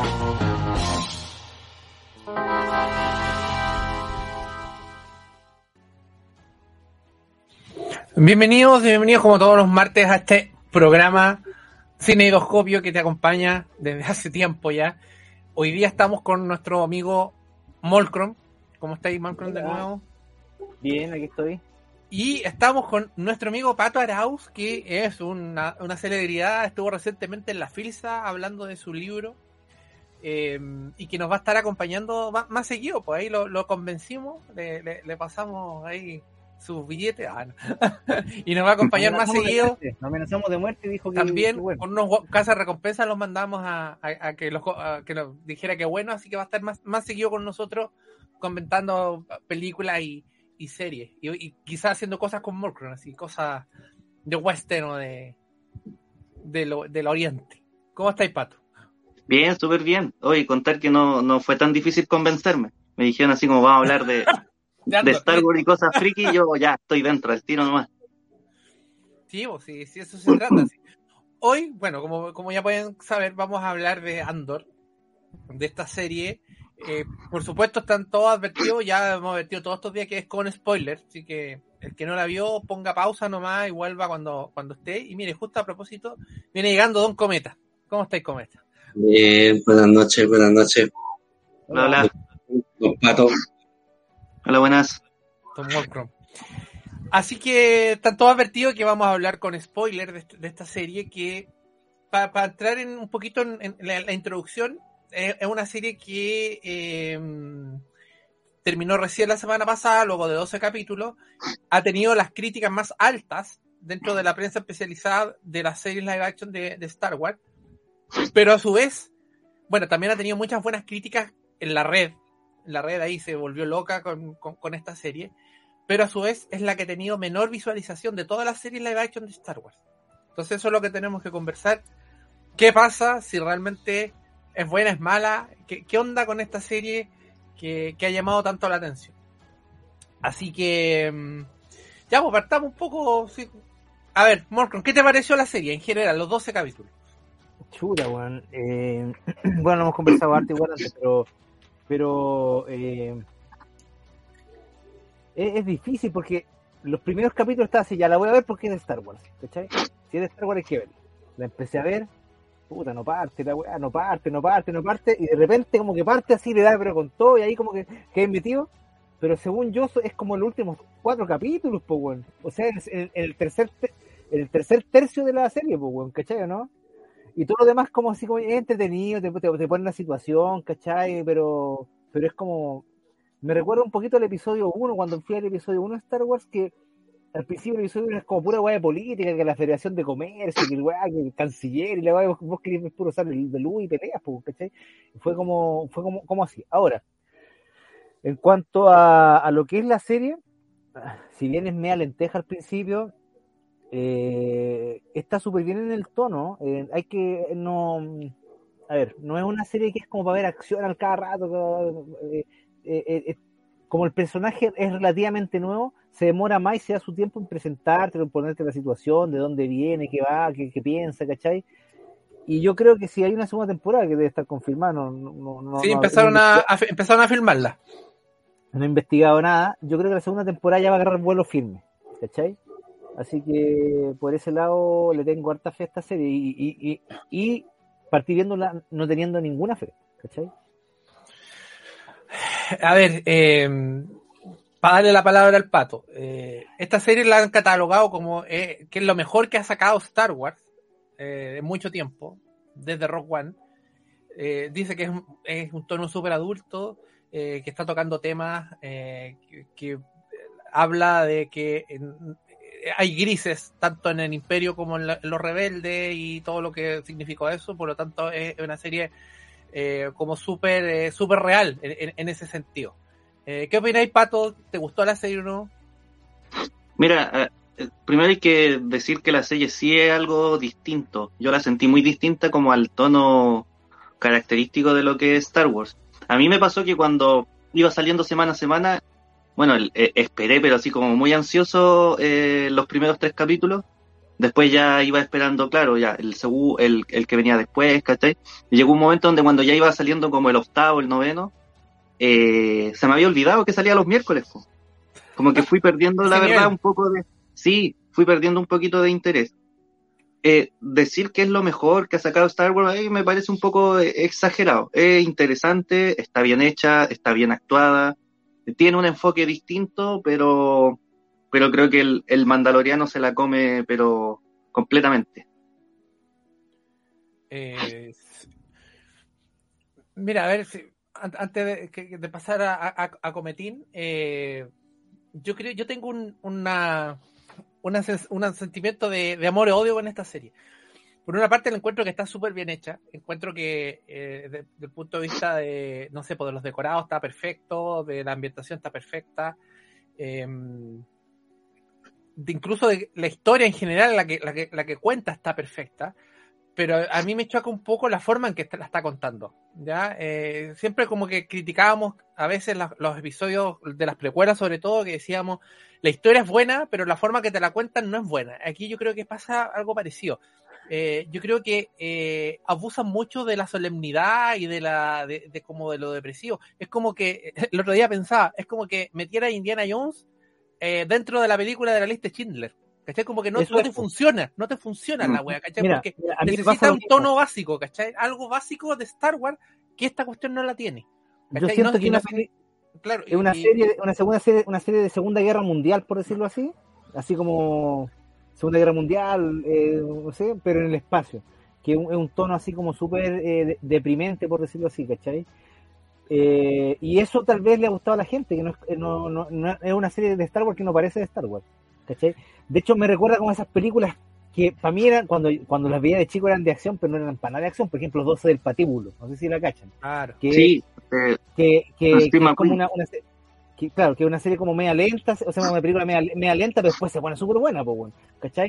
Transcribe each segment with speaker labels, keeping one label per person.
Speaker 1: Bienvenidos como todos los martes a este programa Cineidoscopio que te acompaña desde hace tiempo ya. Hoy día estamos con nuestro amigo Molcrom. ¿Cómo estáis, Molcrom, de nuevo?
Speaker 2: Bien, aquí estoy.
Speaker 1: Y estamos con nuestro amigo Pato Arauz, que es una celebridad, estuvo recientemente en la Filsa hablando de su libro, y que nos va a estar acompañando más seguido. Pues ahí lo convencimos, le pasamos ahí sus billetes, no. Y nos va a acompañar más seguido.
Speaker 2: Nos amenazamos de muerte y dijo que
Speaker 1: también
Speaker 2: bueno.
Speaker 1: Con unos casas recompensas los mandamos a que nos dijera que bueno, así que va a estar más seguido con nosotros comentando películas y series, y quizás haciendo cosas con Molcrom, así cosas de western o del oriente. ¿Cómo estáis, Pato?
Speaker 3: Bien, súper bien. Oye, contar que no fue tan difícil convencerme. Me dijeron así como vamos a hablar de Star Wars y cosas friki, y yo ya estoy dentro, al tiro nomás.
Speaker 1: Sí, eso se trata. Sí. Hoy, bueno, como ya pueden saber, vamos a hablar de Andor, de esta serie. Por supuesto están todos advertidos, ya hemos advertido todos estos días que es con spoiler, así que el que no la vio ponga pausa nomás y vuelva cuando esté. Y mire, justo a propósito, viene llegando Don Cometa. ¿Cómo estáis, Cometa?
Speaker 4: Bien, buenas noches.
Speaker 3: Hola.
Speaker 4: Don Pato.
Speaker 3: Hola, buenas.
Speaker 1: Don Molcrom. Así que están todos advertidos que vamos a hablar con spoiler de esta serie, que para entrar un poquito en la introducción, es una serie que terminó recién la semana pasada, luego de 12 capítulos, ha tenido las críticas más altas dentro de la prensa especializada de las series live action de Star Wars, pero a su vez, bueno, también ha tenido muchas buenas críticas en la red. La red ahí se volvió loca con esta serie, pero a su vez es la que ha tenido menor visualización de todas las series live action de Star Wars. Entonces eso es lo que tenemos que conversar. ¿Qué pasa? Si realmente es buena, es mala. ¿Qué onda con esta serie que ha llamado tanto la atención? Así que ya, pues partamos un poco. Sí. A ver, Molcrom, ¿qué te pareció la serie en general, los 12 capítulos?
Speaker 2: Chura, weón. Bueno, hemos conversado harto igual antes, pero es difícil porque los primeros capítulos estaba así, ya la voy a ver porque es de Star Wars, ¿cachai? Si es de Star Wars hay que verla. La empecé a ver, puta, no parte, la weá, no parte, y de repente como que parte así, le da pero con todo, y ahí como que quedé metido, pero según yo es como los últimos 4 capítulos, pues, weón. O sea, el tercer tercio de la serie, pues, weón, ¿cachai o no? Y todo lo demás como así como es entretenido, te pone en la situación, ¿cachai? Pero es como... Me recuerda un poquito al episodio 1, cuando fui al episodio 1 de Star Wars, que al principio el episodio 1 es como pura weá de política, que la Federación de Comercio, que el weá, que el canciller, y la weá, vos querías puro usar de luz y peleas, pues, ¿cachai? Fue como así. Ahora, en cuanto a lo que es la serie, si bien es media lenteja al principio, está súper bien en el tono. Hay que no es una serie que es como para ver acción al cada rato. Como el personaje es relativamente nuevo, se demora más y se da su tiempo en presentarte, en ponerte la situación, de dónde viene, qué va, qué piensa, ¿cachai? Y yo creo que si hay una segunda temporada que debe estar confirmada,
Speaker 1: sí, empezaron a filmarla.
Speaker 2: No he investigado nada. Yo creo que la segunda temporada ya va a agarrar vuelo firme, ¿cachai? Así que por ese lado le tengo harta fe a esta serie y partí viéndola no teniendo ninguna fe, ¿cachai?
Speaker 1: A ver, para darle la palabra al Pato, esta serie la han catalogado como que es lo mejor que ha sacado Star Wars en mucho tiempo, desde Rogue One. Dice que es un tono súper adulto, que está tocando temas que habla de que hay grises tanto en el Imperio como en los rebeldes y todo lo que significó eso. Por lo tanto es una serie como súper real en ese sentido. ¿Qué opináis, Pato? ¿Te gustó la serie o no?
Speaker 3: Mira, primero hay que decir que la serie sí es algo distinto. Yo la sentí muy distinta como al tono característico de lo que es Star Wars. A mí me pasó que cuando iba saliendo semana a semana, bueno, esperé, pero así como muy ansioso los primeros 3 capítulos, Después ya iba esperando, claro, ya el que venía después, ¿cachai? Y llegó un momento donde cuando ya iba saliendo como el octavo, el noveno, se me había olvidado que salía los miércoles, po. Como que fui perdiendo, la verdad, un poco de... Sí, fui perdiendo un poquito de interés. Decir que es lo mejor que ha sacado Star Wars ahí me parece un poco exagerado. Es interesante, está bien hecha, está bien actuada, tiene un enfoque distinto, pero creo que el Mandaloriano se la come, pero completamente.
Speaker 1: Mira, a ver, antes de pasar a Cometín, yo tengo un sentimiento de amor y odio con esta serie. Por una parte, el encuentro que está súper bien hecha. Encuentro que, desde el punto de vista de, no sé, pues de los decorados está perfecto, de la ambientación está perfecta. Incluso de la historia en general, la que cuenta está perfecta, pero a mí me choca un poco la forma en que la está contando, ¿ya? Siempre como que criticábamos a veces los episodios de las precuelas, sobre todo, que decíamos, la historia es buena, pero la forma que te la cuentan no es buena. Aquí yo creo que pasa algo parecido. Yo creo que abusan mucho de la solemnidad y de como de lo depresivo. Es como que, el otro día pensaba, es como que metiera a Indiana Jones dentro de la película de la lista de Schindler. ¿Cachai? Como que no te funciona la wea, ¿cachai?
Speaker 2: Mira,
Speaker 1: Porque
Speaker 2: a mí me
Speaker 1: necesita
Speaker 2: pasa
Speaker 1: un tono básico, ¿cachai? Algo básico de Star Wars que esta cuestión no la tiene.
Speaker 2: Yo siento que
Speaker 1: claro,
Speaker 2: es una serie de Segunda Guerra Mundial, por decirlo así como Segunda Guerra Mundial, no sé, pero en el espacio, que es un tono así como súper deprimente, por decirlo así, ¿cachai? Y eso tal vez le ha gustado a la gente, que no es una serie de Star Wars que no parece de Star Wars, ¿cachai? De hecho, me recuerda como esas películas que para mí eran, cuando las veía de chico eran de acción, pero no eran para nada de acción. Por ejemplo, Los 12 del Patíbulo, no sé si la cachan.
Speaker 1: Claro.
Speaker 3: Sí.
Speaker 2: Que es como claro, que es una serie como media lenta, o sea, una película media lenta, pero después se pone súper buena, pues, bueno, ¿cachai?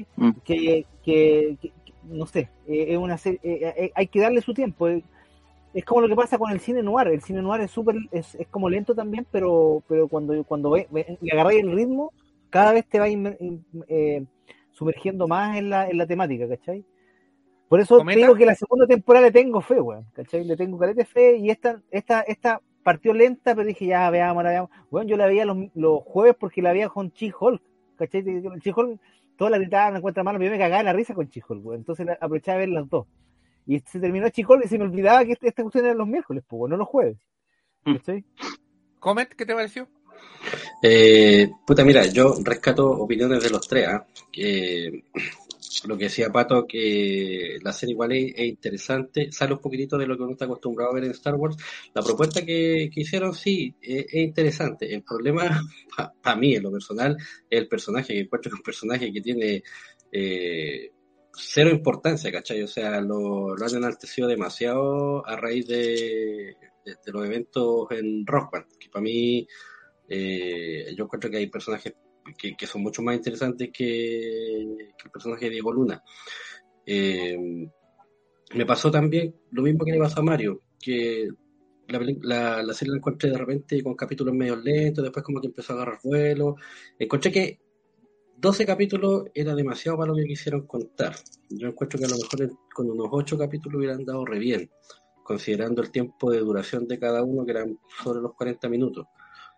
Speaker 2: Que no sé, es una serie, hay que darle su tiempo. Es como lo que pasa con el cine noir. El cine noir es como lento también, pero cuando le agarráis el ritmo, cada vez te va sumergiendo más en la temática, ¿cachai? Por eso te digo que la segunda temporada le tengo fe, weón, ¿cachai? Le tengo caleta de fe, y esta partió lenta, pero dije, ya, veamos. Bueno, yo la veía los jueves porque la veía con She-Hulk, ¿cachai? She-Hulk, todas la gritaban, la encuentran mal, pero yo me cagaba en la risa con She-Hulk, weón. Entonces aprovechaba de ver las dos. Y se terminó She-Hulk y se me olvidaba que esta cuestión era los miércoles, pues, no los jueves. ¿Cachai?
Speaker 1: Comet, ¿qué te pareció?
Speaker 4: Mira, yo rescato opiniones de los tres, lo que decía Pato, que la serie igual es interesante, sale un poquitito de lo que uno está acostumbrado a ver en Star Wars. La propuesta que hicieron, sí, es interesante. El problema, para mí, en lo personal, es el personaje, que encuentro que es un personaje que tiene cero importancia, ¿cachai? O sea, lo han enaltecido demasiado a raíz de los eventos en Rock Band, que para mí, yo encuentro que hay personajes que son mucho más interesantes que el personaje de Diego Luna. Me pasó también lo mismo que le pasó a Mario, que la serie la encontré de repente con capítulos medio lentos, después como que empezó a agarrar vuelo. Encontré que 12 capítulos era demasiado para lo que quisieron contar. Yo encuentro que a lo mejor con unos 8 capítulos hubieran dado re bien, considerando el tiempo de duración de cada uno, que eran sobre los 40 minutos.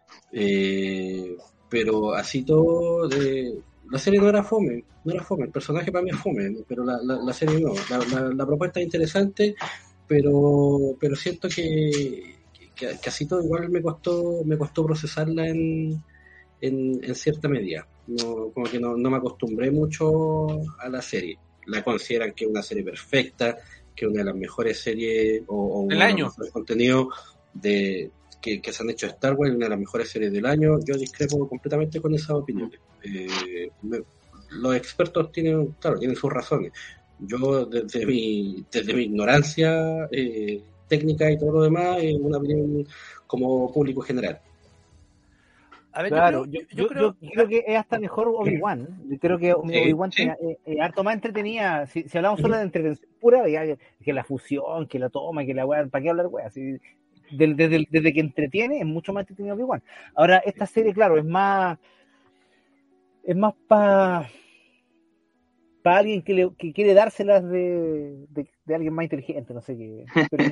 Speaker 4: Pero así todo, la serie no era fome, el personaje para mí es fome, pero la serie no, la propuesta es interesante, pero siento que así todo igual me costó procesarla en cierta medida. No, como que no me acostumbré mucho a la serie. La consideran que es una serie perfecta, que es una de las mejores series o uno de los mejores contenidos que se han hecho de Star Wars, una de las mejores series del año. Yo discrepo completamente con esas opiniones. Los expertos tienen sus razones. Yo desde mi ignorancia técnica y todo lo demás, una opinión como público general.
Speaker 2: A ver, claro, yo creo que es hasta mejor Obi-Wan. Yo creo que Obi-Wan es harto más entretenida. Si hablamos solo de entretención pura, que la fusión, que la toma, que la weá, ¿para qué hablar weá? Desde que entretiene, es mucho más entretenido Obi-Wan. Ahora, esta serie, claro, es más para para alguien que quiere dárselas de alguien más inteligente, no sé qué. Pero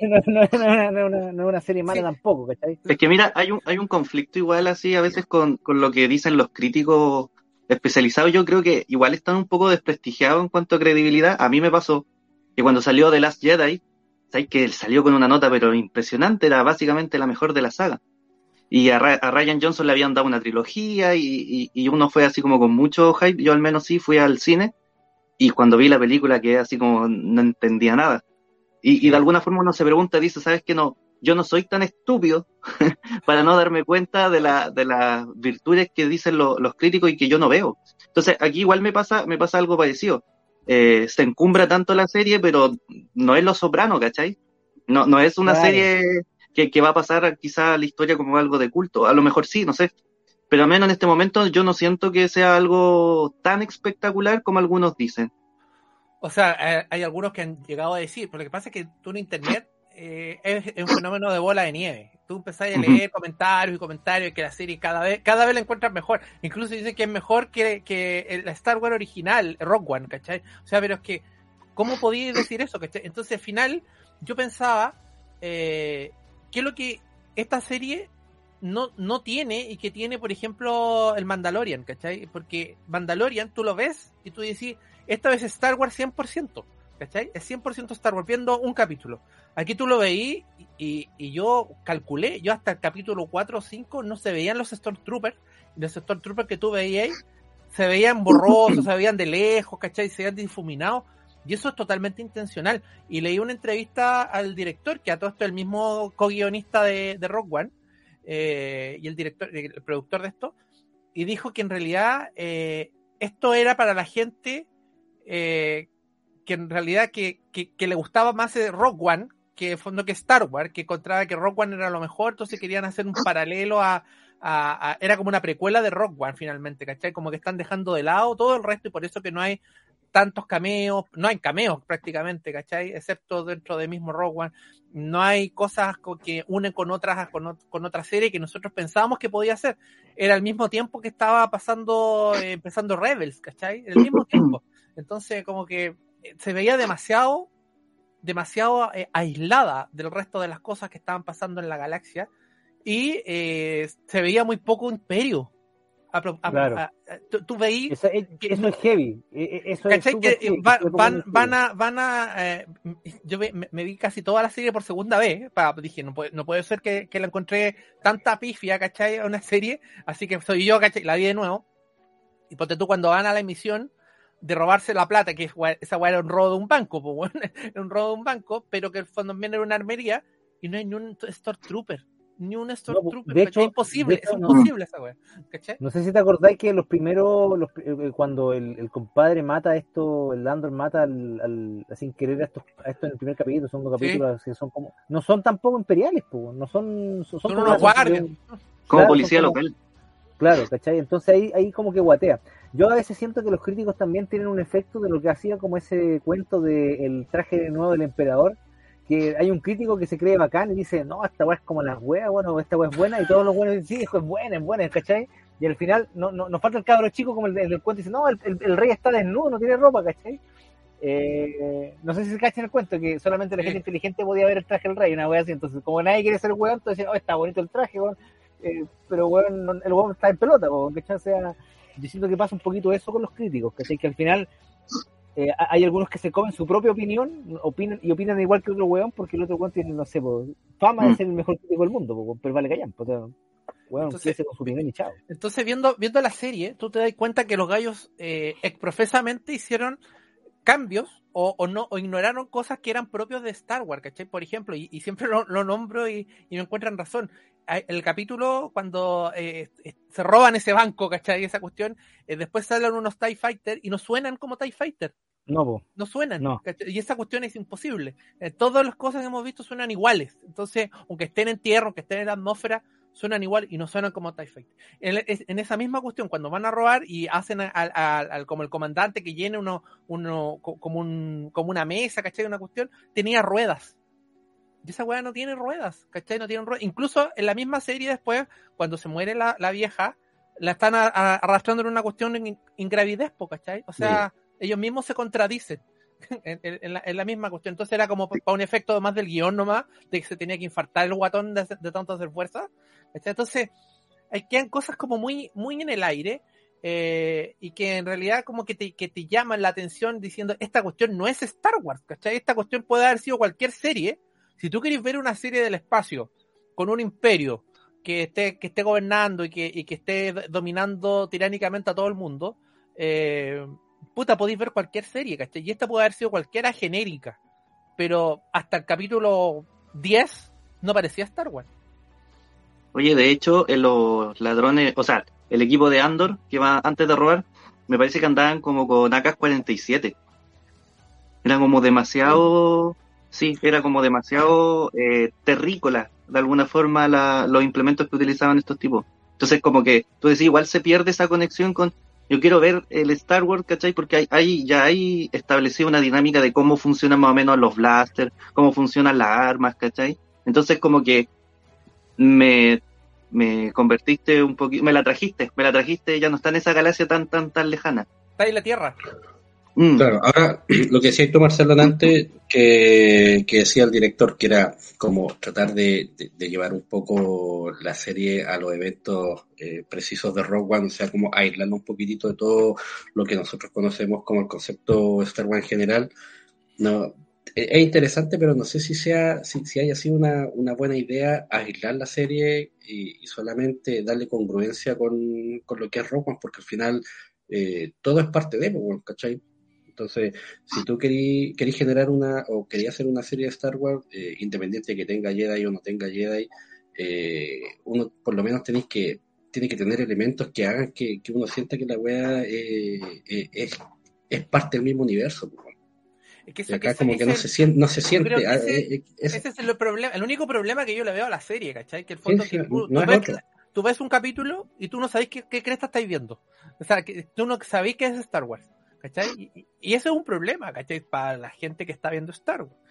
Speaker 2: no es una serie mala
Speaker 1: Sí.
Speaker 2: tampoco, ¿cachai?
Speaker 3: Es que mira, hay un conflicto igual así a veces con lo que dicen los críticos especializados. Yo creo que igual están un poco desprestigiados en cuanto a credibilidad. A mí me pasó que cuando salió The Last Jedi, sabes que salió con una nota pero impresionante, era básicamente la mejor de la saga. Y a Ryan Johnson le habían dado una trilogía y uno fue así como con mucho hype. Yo al menos sí fui al cine y cuando vi la película quedé así como no entendía nada. Y de alguna forma uno se pregunta, dice, ¿sabes qué? No, yo no soy tan estúpido para no darme cuenta de las virtudes que dicen los críticos y que yo no veo. Entonces, aquí igual me pasa algo parecido. Se encumbra tanto la serie, pero no es Los Soprano, ¿cachai? No es una
Speaker 2: Claro.
Speaker 3: serie que va a pasar quizá a la historia como algo de culto. A lo mejor sí, no sé. Pero al menos en este momento yo no siento que sea algo tan espectacular como algunos dicen.
Speaker 1: O sea, hay algunos que han llegado a decir, pero lo que pasa es que tú en internet es un fenómeno de bola de nieve. Tú empezás a leer comentarios y comentarios que la serie cada vez la encuentras mejor. Incluso dicen que es mejor que la Star Wars original, Rogue One, ¿cachai? O sea, pero es que, ¿cómo podíais decir eso, cachai? Entonces, al final, yo pensaba que es lo que esta serie no tiene y que tiene, por ejemplo, el Mandalorian, ¿cachai? Porque Mandalorian tú lo ves y tú decís, esta vez es Star Wars 100%, ¿cachai? Es 100% Star Wars, viendo un capítulo. Aquí tú lo veí y yo calculé, yo hasta el capítulo 4 o 5 no se veían los Stormtroopers, y los Stormtroopers que tú veías se veían borrosos, se veían de lejos, ¿cachai? Se veían difuminados, y eso es totalmente intencional. Y leí una entrevista al director, que a todo esto es el mismo co-guionista de Rogue One, y el productor de esto, y dijo que en realidad esto era para la gente que en realidad que le gustaba más Rogue One que fondo que Star Wars, que encontraba que Rogue One era lo mejor, entonces querían hacer un paralelo era como una precuela de Rogue One finalmente, ¿cachai? Como que están dejando de lado todo el resto y por eso que no hay tantos cameos, no hay cameos prácticamente, ¿cachai? Excepto dentro del mismo Rogue One, no hay cosas que unen con otra serie que nosotros pensábamos que podía ser. Era al mismo tiempo que estaba empezando Rebels, ¿cachai? El mismo tiempo. Entonces como que se veía demasiado aislada del resto de las cosas que estaban pasando en la galaxia y se veía muy poco Imperio.
Speaker 2: Claro.
Speaker 1: Tú veí
Speaker 2: eso es heavy. Eso
Speaker 1: ¿cachai?
Speaker 2: es
Speaker 1: Que
Speaker 2: heavy.
Speaker 1: Yo me vi casi toda la serie por segunda vez. Dije, no puede ser que la encontré tanta pifia, ¿cachai? Una serie, así que soy yo, ¿cachai? La vi de nuevo. Y ponte tú cuando van a la emisión de robarse la plata, que esa weá era un robo de un banco, pues bueno, era un robo de un banco, pero que el fondo también era una armería y no hay ni un Stormtrooper. Ni un Stormtrooper,
Speaker 2: de hecho,
Speaker 1: imposible, es imposible esa weá, ¿cachai?
Speaker 2: No sé si te acordáis que los primeros, cuando el compadre mata esto, el Landor mata sin querer a esto en el primer capítulo, son dos capítulos que son como, no son tampoco imperiales, pues, no son como
Speaker 1: unos guardias.
Speaker 3: Como policía local.
Speaker 2: Claro, ¿cachai? Entonces ahí como que guatea. Yo a veces siento que los críticos también tienen un efecto de lo que hacía como ese cuento del traje nuevo del emperador, que hay un crítico que se cree bacán y dice, no, esta weá es como las weas, bueno, esta weá es buena, y todos los buenos dicen, sí, es buena, ¿cachai? Y al final nos falta el cabro chico como el del cuento, dice, no, el rey está desnudo, no tiene ropa, ¿cachai? No sé si se cachan el cuento, que solamente la gente inteligente podía ver el traje del rey, una wea así, entonces como nadie quiere ser weón, entonces, oh, está bonito el traje, weón, pero weón, el weón está en pelota, ¿cachai? O sea, yo siento que pasa un poquito eso con los críticos, ¿cachai? Que al final hay algunos que se comen su propia opinión, opinan igual que otro weón, porque el otro weón tiene, no sé, fama de ser el mejor crítico del mundo, pero vale callan, weón, quédese con su opinión y chao.
Speaker 1: Entonces, viendo la serie, tú te das cuenta que los gallos profesamente hicieron cambios o ignoraron cosas que eran propios de Star Wars, ¿cachai? Por ejemplo, y siempre lo nombro y me encuentran razón. El capítulo cuando se roban ese banco, ¿cachai? Esa cuestión, después salen unos TIE Fighter y no suenan como TIE Fighter. No suenan,
Speaker 2: no.
Speaker 1: Y esa cuestión es imposible. Todas las cosas que hemos visto suenan iguales. Entonces, aunque estén en tierra, aunque estén en la atmósfera, suenan igual y no suenan como TIE Fighter. En esa misma cuestión, cuando van a robar y hacen como el comandante que llene como una mesa, ¿cachai? Una cuestión, tenía ruedas. Y esa weá no tiene ruedas, ¿cachai? No tiene ruedas. Incluso en la misma serie después, cuando se muere la vieja, la están arrastrando en una cuestión ingravidez, ¿cachai? O sea, ellos mismos se contradicen en la misma cuestión. Entonces era como para un efecto más del guión nomás, de que se tenía que infartar el guatón de tanto hacer fuerza. Entonces, quedan cosas como muy, muy en el aire, y que en realidad como que te llaman la atención diciendo, esta cuestión no es Star Wars, ¿cachai? Esta cuestión puede haber sido cualquier serie. Si tú querés ver una serie del espacio con un imperio que esté gobernando y que esté dominando tiránicamente a todo el mundo, podéis ver cualquier serie, ¿cachai? Y esta puede haber sido cualquiera genérica, pero hasta el capítulo 10 no parecía Star Wars.
Speaker 3: Oye, de hecho, los ladrones, o sea, el equipo de Andor, que va antes de robar, me parece que andaban como con AK-47. Era como demasiado, sí, era como demasiado terrícola, de alguna forma, los implementos que utilizaban estos tipos. Entonces, como que, tú decís, igual se pierde esa conexión con, yo quiero ver el Star Wars, ¿cachai? Porque ya hay establecido una dinámica de cómo funcionan más o menos los blasters, cómo funcionan las armas, ¿cachai? Entonces, como que me convertiste un poquito, me la trajiste, ya no está en esa galaxia tan lejana.
Speaker 1: Está ahí la Tierra.
Speaker 4: Claro, ahora lo que decía tú, Marcelo, antes, que decía el director, que era como tratar de llevar un poco la serie a los eventos precisos de Rogue One, o sea, como aislando un poquitito de todo lo que nosotros conocemos como el concepto Star Wars en general. No, es interesante, pero no sé si haya sido una buena idea aislar la serie y solamente darle congruencia con lo que es Rogue One, porque al final todo es parte de Rogue, ¿cachai? Entonces, si tú querías generar o querías hacer una serie de Star Wars, independiente de que tenga Jedi o no tenga Jedi, uno por lo menos tiene que tener elementos que hagan que uno sienta que la wea es parte del mismo universo. Y acá como que no se siente.
Speaker 1: Ese es el problema, el único problema que yo le veo a la serie, ¿cachai? Que el fondo
Speaker 4: Sí,
Speaker 1: que
Speaker 4: no
Speaker 1: tú ves un capítulo y tú no sabes qué cresta estáis viendo. O sea, que tú no sabéis qué es Star Wars, ¿cachai? Y eso es un problema, ¿cachai? Para la gente que está viendo Star Wars.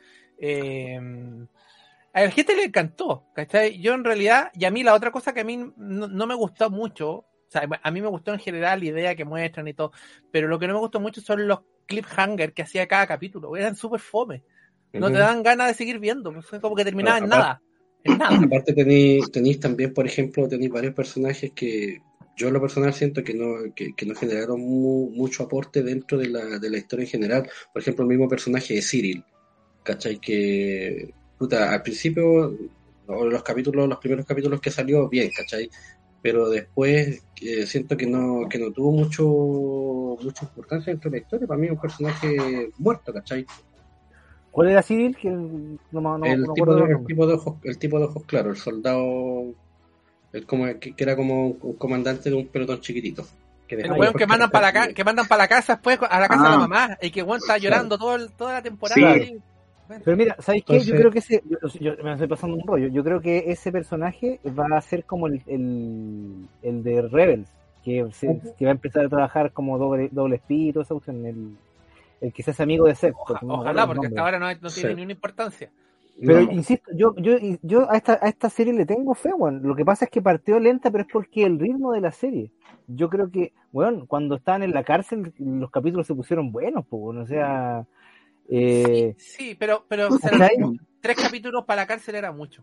Speaker 1: A la gente le encantó, ¿cachai? Yo en realidad, y a mí la otra cosa que a mí no me gustó mucho, o sea, a mí me gustó en general la idea que muestran y todo, pero lo que no me gustó mucho son los cliffhanger que hacía cada capítulo, eran súper fome, no te dan ganas de seguir viendo, pues, como que terminaba en nada.
Speaker 4: Aparte tenéis también, por ejemplo, tenéis varios personajes que yo en lo personal siento que no generaron mucho aporte dentro de la historia en general. Por ejemplo, el mismo personaje de Cyril, ¿cachai? Que al principio, los primeros capítulos que salió, bien, ¿cachai? Pero después siento que no tuvo mucha importancia dentro de la historia. Para mí es un personaje muerto, ¿cachai?
Speaker 2: ¿Cuál era Cyril?
Speaker 4: El tipo de ojos claros, el soldado, que era como un comandante de un pelotón chiquitito.
Speaker 1: El weón que mandan para la casa después, a la casa de la mamá, y que weón está llorando toda la temporada.
Speaker 3: Sí.
Speaker 1: Ahí.
Speaker 2: Pero mira, ¿sabes qué? Yo creo que yo me estoy pasando un rollo. Yo creo que ese personaje va a ser como el de Rebels, que va a empezar a trabajar como doble espía y todo eso, el que se hace amigo de Seth.
Speaker 1: Ojalá, porque hasta ahora no tiene ni una importancia.
Speaker 2: Pero insisto, yo a esta serie le tengo fe, bueno. Lo que pasa es que partió lenta, pero es porque el ritmo de la serie. Yo creo que, bueno, cuando estaban en la cárcel, los capítulos se pusieron buenos, pues, bueno, o sea...
Speaker 1: Sí, pero 3 capítulos para la cárcel era mucho.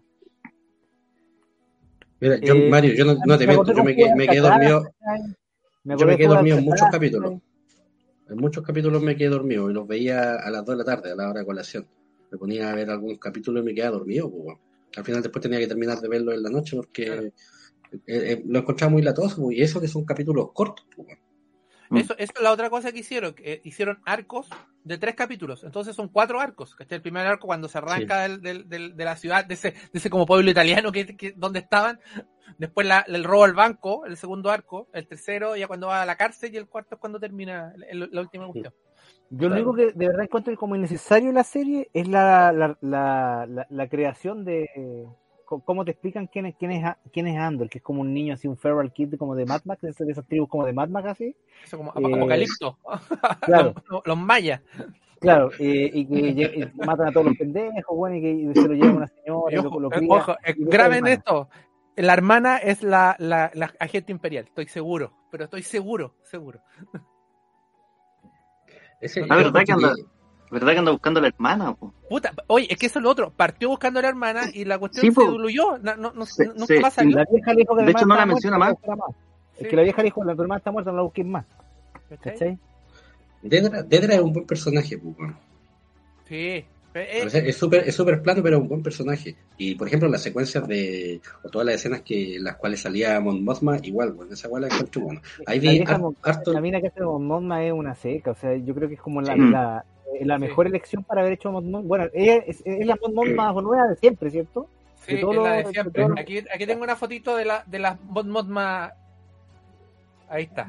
Speaker 4: Mira, Mario, yo no te miento, yo me quedé dormido. Yo me quedé dormido en muchos capítulos. En muchos capítulos me quedé dormido y los veía a las 2 de la tarde, a la hora de colación. Me ponía a ver algunos capítulos y me quedaba dormido. Pues, bueno. Al final después tenía que terminar de verlo en la noche porque lo encontraba muy latoso, pues, y eso que son capítulos cortos. Pues, bueno.
Speaker 1: Eso es la otra cosa que hicieron arcos de 3 capítulos, entonces son 4 arcos, el primer arco cuando se arranca de la ciudad, de ese como pueblo italiano donde estaban, después el robo al banco, el segundo arco, el tercero ya cuando va a la cárcel y el cuarto es cuando termina la última cuestión.
Speaker 2: Yo lo único que de verdad encuentro como innecesario en la serie es la creación de... ¿Cómo te explican quién es Andor? Que es como un niño así, un feral kid como de Mad Max, de esas tribus como de Mad Max así.
Speaker 1: Eso como apocalipto.
Speaker 2: Claro.
Speaker 1: los mayas.
Speaker 2: Claro, y que matan a todos los pendejos, bueno, y que se lo lleva una señora.
Speaker 1: Ojo, graben esto. La hermana es la agente imperial, estoy seguro. Pero estoy seguro.
Speaker 3: ¿Verdad que anda buscando a la hermana? Po?
Speaker 1: Puta, oye, es que eso es lo otro. Partió buscando a la hermana y la cuestión
Speaker 3: Sí,
Speaker 1: se
Speaker 3: po.
Speaker 1: diluyó. Nunca más
Speaker 3: Sí,
Speaker 1: salió.
Speaker 2: La vieja le dijo que la
Speaker 3: De hecho, no
Speaker 2: hermana
Speaker 3: la
Speaker 2: estaba
Speaker 3: menciona
Speaker 2: muerta,
Speaker 3: más.
Speaker 2: no la buscara más.
Speaker 1: Sí.
Speaker 2: Es que la vieja le dijo, la tu hermana está muerta, no la busques más.
Speaker 1: ¿Cachai?
Speaker 2: ¿Cachai?
Speaker 4: Dedra es un buen personaje, pues, bueno.
Speaker 1: Sí.
Speaker 4: Es súper plano, pero es un buen personaje. Y por ejemplo, las secuencias o todas las escenas las cuales salía Mon Mothma, igual, bueno, esa igual la encuentro bueno. Ahí
Speaker 2: La
Speaker 4: vi
Speaker 2: vieja,
Speaker 4: harto.
Speaker 2: la mina que hace Mon Mothma es una seca, o sea, yo creo que es como la
Speaker 1: Sí.
Speaker 2: mejor elección para haber hecho Mon Mothma. Bueno, ella es la Mon Mothma nueva de siempre, ¿cierto?
Speaker 1: Sí, es la de siempre. Aquí tengo una fotito de la Mon Mothma. Ahí está.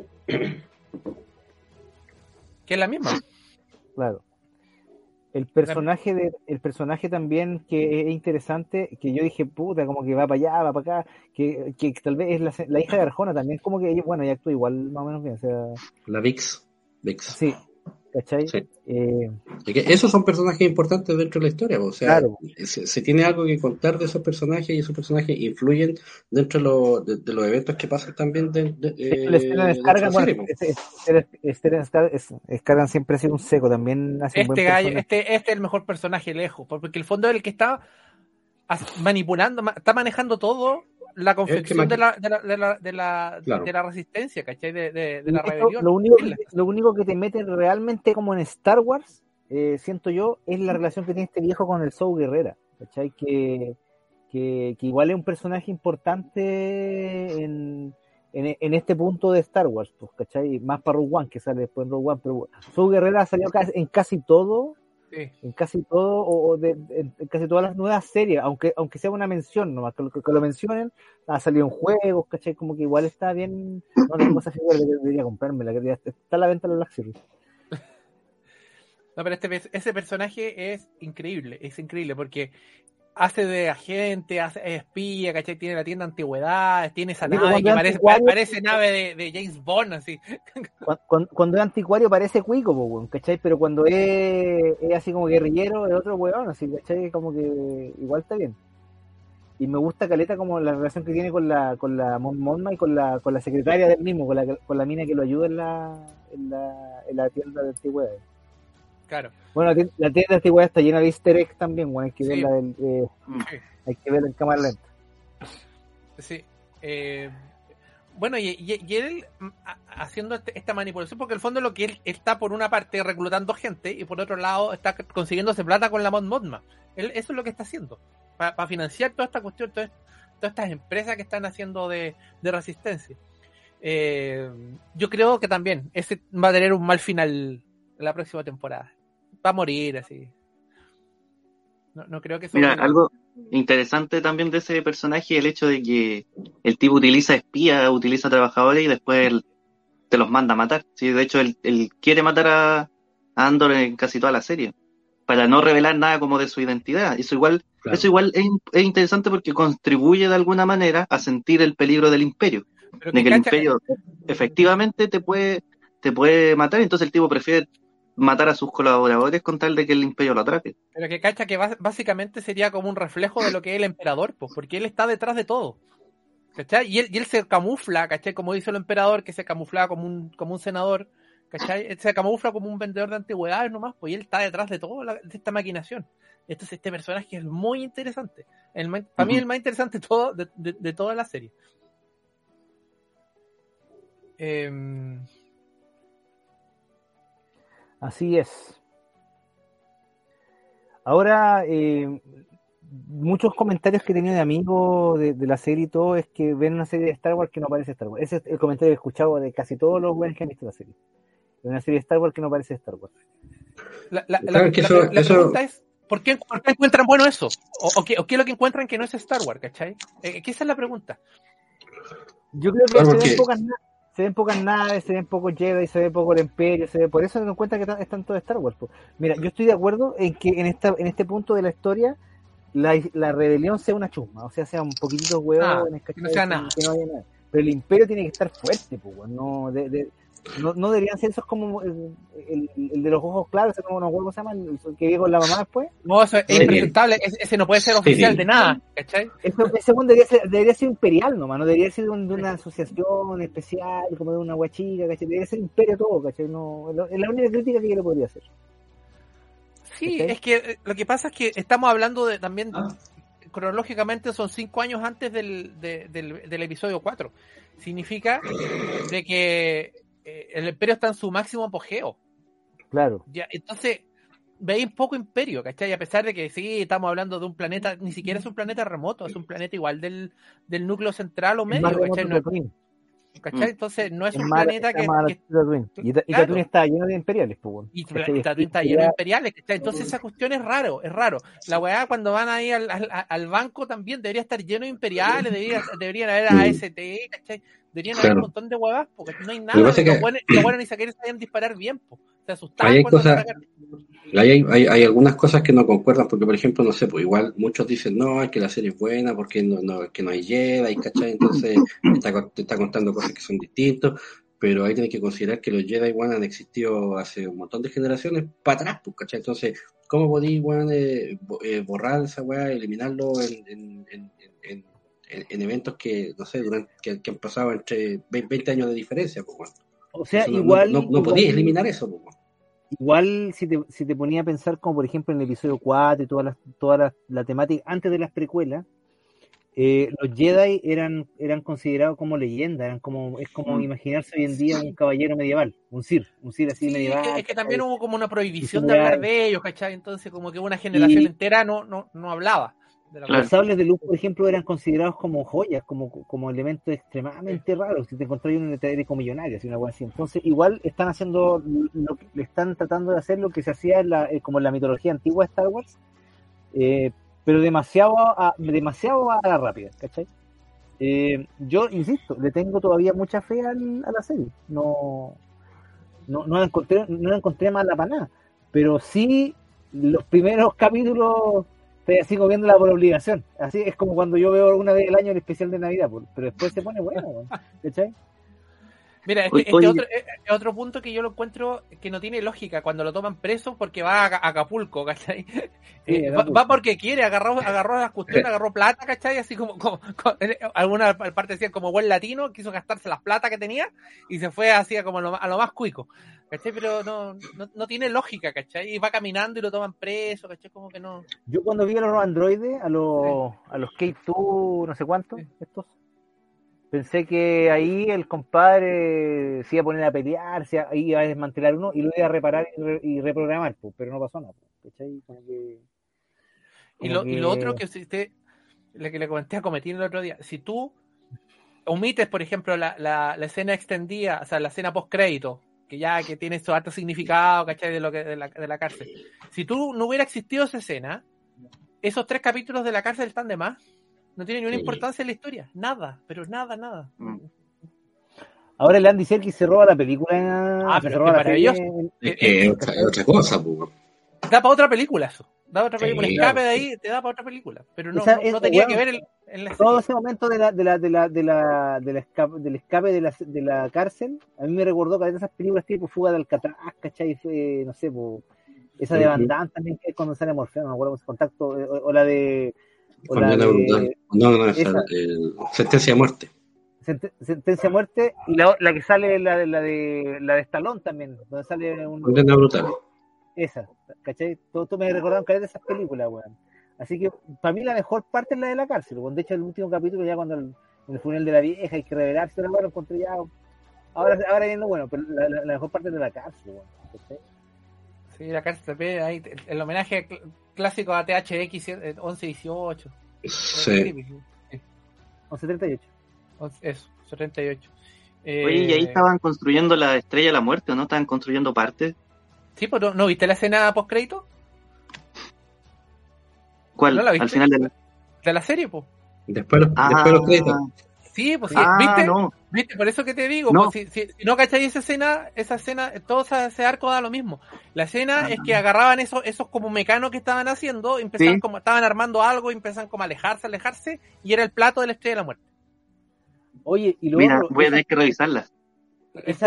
Speaker 1: Que es la misma.
Speaker 2: Claro. El personaje también que es interesante, que yo dije, puta, como que va para allá, va para acá, que tal vez es la hija de Arjona también, como que ella, bueno, ella actúa igual, más o menos bien, o sea,
Speaker 4: La Vix.
Speaker 2: sí, ¿cachai?
Speaker 4: Sí. Es que esos son personajes importantes dentro de la historia, o sea,
Speaker 2: claro.
Speaker 4: se tiene algo que contar de esos personajes y esos personajes influyen dentro de los eventos que pasan también
Speaker 2: El Stellan Skarsgård, bueno, Stellan Skarsgård siempre ha sido un seco, también hace un buen
Speaker 1: Gallo,
Speaker 2: personaje.
Speaker 1: este es el mejor personaje lejos, porque el fondo es el que está manipulando, está manejando todo la confección de la resistencia, ¿cachai? De la rebelión.
Speaker 2: Lo único que te mete realmente como en Star Wars, siento yo, es la relación que tiene este viejo con el Saw Gerrera, ¿cachai? Que igual es un personaje importante en este punto de Star Wars, pues, ¿cachai? Más para Rogue One, que sale después en Rogue One, pero Saw Gerrera salió en casi todo.
Speaker 1: Sí.
Speaker 2: En casi todo, en casi todas las nuevas series, aunque sea una mención nomás, que lo mencionen, ha salido en juegos, ¿cachai? Como que igual está bien, no tengo esa figura, debería comprármela, que está a la venta en los Black Series.
Speaker 1: No, pero ese personaje es increíble porque hace de agente, hace espía, ¿cachai? Tiene la tienda de antigüedades, tiene esa nave que parece nave de James Bond, así.
Speaker 2: Cuando es anticuario parece cuico, weón, ¿cachai? Pero cuando es así como guerrillero, es otro weón, así, ¿cachai? Como que igual está bien. Y me gusta caleta como la relación que tiene con la Mon Mothma y con la secretaria del mismo, con la mina que lo ayuda en la tienda de antigüedades.
Speaker 1: Claro.
Speaker 2: Bueno, la tienda de antigüedades está llena de easter eggs también, bueno, hay que
Speaker 1: sí.
Speaker 2: verla hay que verla en cámara lenta.
Speaker 1: Sí. Bueno, y él haciendo esta manipulación, porque en el fondo lo que él está por una parte reclutando gente y por otro lado está consiguiéndose plata con la Mon Mothma. Eso es lo que está haciendo para financiar toda esta cuestión, todas estas empresas que están haciendo de resistencia. Yo creo que también ese va a tener un mal final en la próxima temporada. Va a morir así. No creo que eso.
Speaker 3: Mira, algo interesante también de ese personaje es el hecho de que el tipo utiliza espías, utiliza trabajadores y después él te los manda a matar. Sí, de hecho, él quiere matar a Andor en casi toda la serie para no revelar nada como de su identidad. Eso igual es interesante porque contribuye de alguna manera a sentir el peligro del Imperio.
Speaker 1: Pero
Speaker 3: de que el Imperio efectivamente te puede matar, entonces el tipo prefiere matar a sus colaboradores con tal de que el Imperio lo atrape.
Speaker 1: Pero que cacha que básicamente sería como un reflejo de lo que es el emperador, pues, porque él está detrás de todo. ¿Cachai? Y él se camufla, ¿cachai? Como dice el emperador, que se camuflaba como un senador, ¿cachai? Él se camufla como un vendedor de antigüedades nomás, pues, y él está detrás de todo de esta maquinación. Entonces este personaje es muy interesante. Para mí es el más interesante de toda la serie.
Speaker 2: Así es. Ahora, muchos comentarios que he tenido de amigos de la serie y todo es que ven una serie de Star Wars que no parece Star Wars. Ese es el comentario que he escuchado de casi todos los buenos que han visto la serie. Es una serie de Star Wars que no parece Star Wars.
Speaker 1: La pregunta es, ¿por qué encuentran bueno eso? ¿O qué es lo que encuentran que no es Star Wars, ¿cachai? Que esa es la pregunta.
Speaker 2: Yo creo que se ven pocas naves, se ven pocos Jedi, se ve poco el Imperio, por eso se dan cuenta que están todos Star Wars. Mira, yo estoy de acuerdo en que en este punto de la historia la rebelión sea una chusma, o sea un poquitito huevones,
Speaker 1: que no sea nada.
Speaker 2: Que no haya nada. Pero el Imperio tiene que estar fuerte, no No deberían ser esos como el de los ojos claros, ese como unos huevos se llaman, el que vive con la mamá después.
Speaker 1: No, eso es impresentable, ese no puede ser oficial de nada, ¿cachai?
Speaker 2: Ese one debería ser imperial nomás, no debería ser de una asociación especial, como de una guachica, ¿cachai? Debería ser imperio todo, ¿cachai? No, es la única crítica que yo le podría hacer.
Speaker 1: Sí,
Speaker 2: ¿cachai?
Speaker 1: es que lo que pasa es que estamos hablando de también, cronológicamente son 5 años antes del episodio 4. Significa de que el imperio está en su máximo apogeo.
Speaker 2: Claro.
Speaker 1: Ya, entonces, veis poco imperio, ¿cachai? A pesar de que sí, estamos hablando de un planeta, ni siquiera es un planeta remoto, es un planeta igual del núcleo central o medio, ¿cachai? ¿Cachai? Entonces, no es un planeta que
Speaker 2: y Tatooine está lleno de imperiales, pues, bueno.
Speaker 1: y Tatooine está lleno de imperiales, ¿cachai? Entonces esa cuestión es raro. La weá cuando van ahí al banco también debería estar lleno de imperiales, deberían haber AST, ¿cachai? Deberían haber un montón de huevas, porque no hay nada. Los buenos ni siquiera sabían disparar bien, po. Se asustaban cuando atacaban.
Speaker 4: Hay algunas cosas que no concuerdan, porque por ejemplo, no sé, pues igual muchos dicen, no, es que la serie es buena porque que no hay Jedi, ¿cachai? Entonces te está contando cosas que son distintas, pero ahí tienes que considerar que los Jedi, bueno, han existido hace un montón de generaciones para atrás, pues, ¿cachai? Entonces, ¿cómo podéis, bueno, borrar esa weá, eliminarlo en eventos que, no sé, que han pasado entre 20 años de diferencia, pues, bueno?
Speaker 2: O sea,
Speaker 4: entonces,
Speaker 2: igual...
Speaker 4: No podías eliminar eso, pues, bueno.
Speaker 2: Igual, si te ponía a pensar, como por ejemplo en el episodio 4 y toda la temática, antes de las precuelas, los Jedi eran considerados como leyenda, es como imaginarse hoy en día un caballero medieval, un Sith así medieval.
Speaker 1: Es que también hubo como una prohibición de hablar de ellos, ¿cachai? Entonces como que una generación entera no hablaba.
Speaker 2: Los sables de luz, por ejemplo, eran considerados como joyas, como elementos extremadamente raros. Si te encontrás uno eres como millonario, así una cosa así. Entonces, igual están haciendo, están tratando de hacer lo que se hacía como en la mitología antigua de Star Wars, pero demasiado a la rápida, ¿cachai? Yo insisto, le tengo todavía mucha fe a la serie. No la encontré mala para nada, pero sí los primeros capítulos estoy así comiéndola por obligación. Así es como cuando yo veo una vez al año el especial de Navidad, pero después se pone bueno, ¿cachai?
Speaker 1: Mira, otro punto que yo lo encuentro que no tiene lógica cuando lo toman preso porque va a Acapulco, ¿cachai? Sí, va porque quiere, agarró las cuestiones, agarró plata, ¿cachai? Así como alguna parte decían como buen latino, quiso gastarse las plata que tenía y se fue así como a lo más cuico, ¿cachai? Pero no tiene lógica, ¿cachai? Y va caminando y lo toman preso, ¿cachai? Como que no.
Speaker 2: Yo cuando vi a los androides, a los K2, no sé cuántos, estos, pensé que ahí el compadre se iba a poner a pelear, iba a desmantelar uno y lo iba a reparar y reprogramar, pues, pero no pasó nada, ¿cachai?
Speaker 1: Y lo otro que usted, lo que le comenté a Cometín el otro día, si tú omites, por ejemplo, la escena extendida, o sea, la escena post-crédito, que tiene su alto significado, ¿cachai? De la cárcel. Si tú no hubiera existido esa escena, esos 3 capítulos de la cárcel están de más. No tiene ninguna importancia en la historia. Nada, pero nada.
Speaker 2: Ahora el Andy Serkis se roba la película.
Speaker 1: Pero es maravilloso.
Speaker 4: Es otra cosa, pues.
Speaker 1: Da para otra película eso. Da para otra película. Escape de ahí, te da para otra película. Pero no tenía que ver en la
Speaker 2: todo ese momento del escape de la cárcel, a mí me recordó que esas películas tipo Fuga de Alcatraz, ¿cachai? No sé, esa de Van Damme también, que es cuando sale Morfeo, no me acuerdo, Contacto, o la de...
Speaker 4: No, Sentencia de Muerte.
Speaker 2: Sentencia de Muerte, y la que sale la de Stallone también, donde sale un...
Speaker 4: Condena Brutal.
Speaker 2: Esa, ¿cachai? Todo me recordaron que de esas películas, weón. Así que para mí la mejor parte es la de la cárcel, de hecho el último capítulo ya cuando en el funeral de la vieja hay que revelarse, pero bueno, encontré ya ahora viendo bueno, pero la mejor parte es de la cárcel, weón, ¿cachai?
Speaker 1: Sí, la cárcel ahí, el homenaje clásico a THX 1118.
Speaker 4: Sí.
Speaker 2: 1138.
Speaker 1: Eso, 78.
Speaker 3: Oye, y ahí estaban construyendo la Estrella de la Muerte, ¿o no? Estaban construyendo partes.
Speaker 1: Sí, pero ¿no viste la escena post-crédito?
Speaker 3: ¿Cuál?
Speaker 1: ¿No la viste?
Speaker 3: Al final
Speaker 1: de la serie, pues.
Speaker 4: Después los créditos.
Speaker 1: Sí, pues sí, ¿viste?
Speaker 3: No.
Speaker 1: ¿Viste? Por eso que te digo,
Speaker 3: No.
Speaker 1: Pues, si no cacháis esa escena, todo ese arco da lo mismo. La escena es que agarraban esos como mecanos que estaban haciendo, empezaban como, estaban armando algo, y empezaban como a alejarse, y era el plato de la Estrella de la Muerte.
Speaker 2: Oye, y
Speaker 3: Mira, voy a tener que revisarlas.
Speaker 2: esa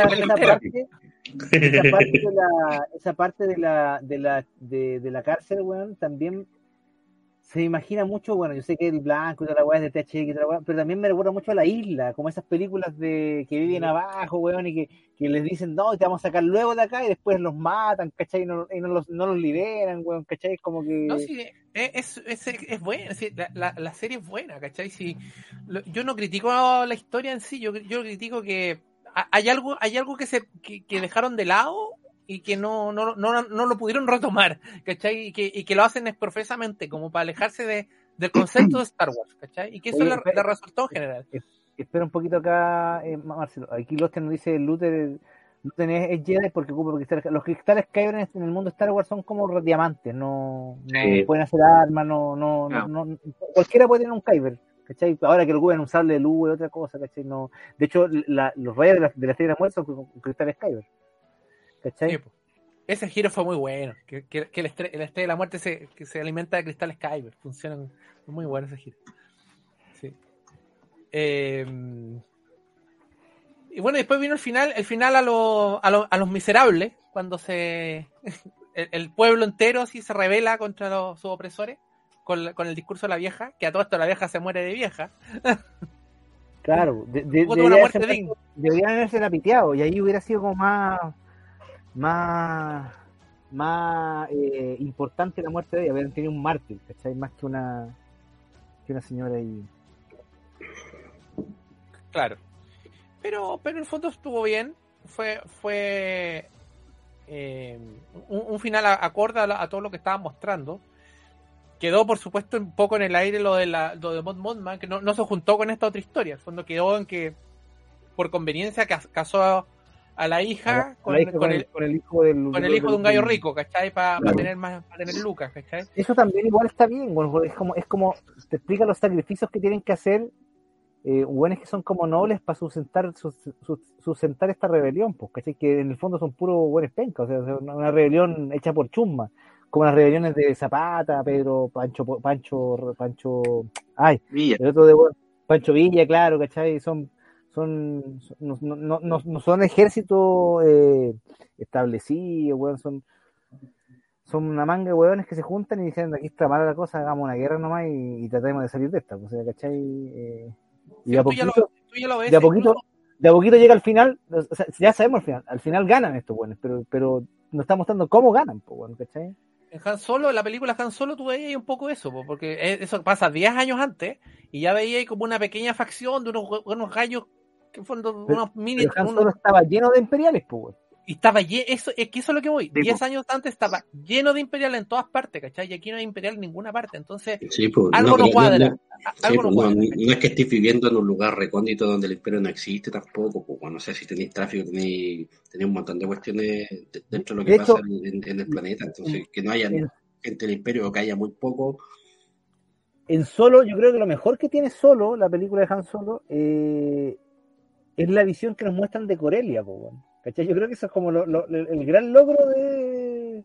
Speaker 2: parte de la cárcel, weón, también se imagina mucho, bueno, yo sé que el blanco y toda la weá es de THX y toda la weá, pero también me recuerda mucho a La Isla, como esas películas que viven abajo, weón, y que les dicen, no, te vamos a sacar luego de acá y después los matan, ¿cachai? Y no los liberan, weón, ¿cachai? Como que...
Speaker 1: No, sí, es buena, sí, la serie es buena, ¿cachai? Sí, yo no critico la historia en sí, yo critico que hay algo que dejaron de lado y que no lo pudieron retomar, ¿cachai? Y que lo hacen exprofesamente, como para alejarse del concepto de Star Wars, ¿cachai? Y que eso
Speaker 2: Oye,
Speaker 1: la resultó en general.
Speaker 2: Espera un poquito acá, Marcelo. Aquí Losten nos dice Luther es Jedi porque ocupa cristales. Los cristales Kyber en el mundo de Star Wars son como diamantes, no
Speaker 3: Sí.
Speaker 2: pueden hacer armas,
Speaker 3: No.
Speaker 2: cualquiera puede tener un Kyber, ¿cachai? Ahora que lo ocupen un sable de luz es otra cosa, ¿cachai? No, de hecho, los rayos de la Estrella de la Muerte son con cristales Kyber, ¿cachai?
Speaker 1: Sí, po. Ese giro fue muy bueno, que el Estrella de la Muerte que se alimenta de cristales Kyber, funcionan muy bueno ese giro. Sí. Y bueno, después vino el final a los miserables, cuando el pueblo entero así se rebela contra sus opresores con el discurso de la vieja, que a todo esto la vieja se muere de vieja.
Speaker 2: Claro,
Speaker 1: Tuvo una muerte digna.
Speaker 2: deberían haberse la piteado y ahí hubiera sido como más importante la muerte de ella, hubieran tenido un mártir, ¿cachai? Más que una señora ahí.
Speaker 1: Claro. Pero en el fondo estuvo bien. Fue un final acorde a todo lo que estaba mostrando. Quedó, por supuesto, un poco en el aire lo de Mon Mothma, que no se juntó con esta otra historia. En el fondo quedó en que, por conveniencia, casó a la hija con el hijo de un gallo rico, ¿cachai? Para tener lucas, ¿cachai?
Speaker 2: Eso también igual está bien, bueno, es como te explica los sacrificios que tienen que hacer buenos que son como nobles para sustentar esta rebelión, pues, ¿cachai? Que en el fondo son puros buenos pencas, o sea, una rebelión hecha por chusma, como las rebeliones de Zapata, Pedro, Pancho,
Speaker 3: Villa.
Speaker 2: el otro de Pancho Villa, claro, ¿cachai? No son ejércitos establecidos, weón, son una manga de hueones que se juntan y dicen, aquí está mala la cosa, hagamos una guerra nomás y tratemos de salir de esta, pues, o sea, ¿cachai? Y de a poquito llega al final, o sea, ya sabemos al final ganan estos buenos, pero nos está mostrando cómo ganan, pues, bueno, ¿cachai?
Speaker 1: En Han Solo, la película Han Solo, tú veías un poco eso, porque eso pasa 10 años antes, y ya veías como una pequeña facción de unos gallos, que en fondo, unos mini...
Speaker 2: Pero Han Solo estaba lleno de imperiales, pues, bueno.
Speaker 1: Y estaba lleno, eso es lo que voy.
Speaker 3: Sí,
Speaker 1: 10 años antes estaba lleno de imperial en todas partes, ¿cachai? Y aquí no hay imperial en ninguna parte. Entonces,
Speaker 4: sí, pues,
Speaker 1: algo no cuadra.
Speaker 4: No es que estés viviendo en un lugar recóndito donde el imperio no existe tampoco. Pues, bueno, no sé si tenéis tráfico, tenéis un montón de cuestiones dentro de lo que pasa en el planeta. Entonces, que no haya gente del imperio o que haya muy poco.
Speaker 2: En Solo, yo creo que lo mejor que tiene Solo, la película de Han Solo, es la visión que nos muestran de Corellia, pues, bueno. ¿Cachai? Yo creo que eso es como el gran logro de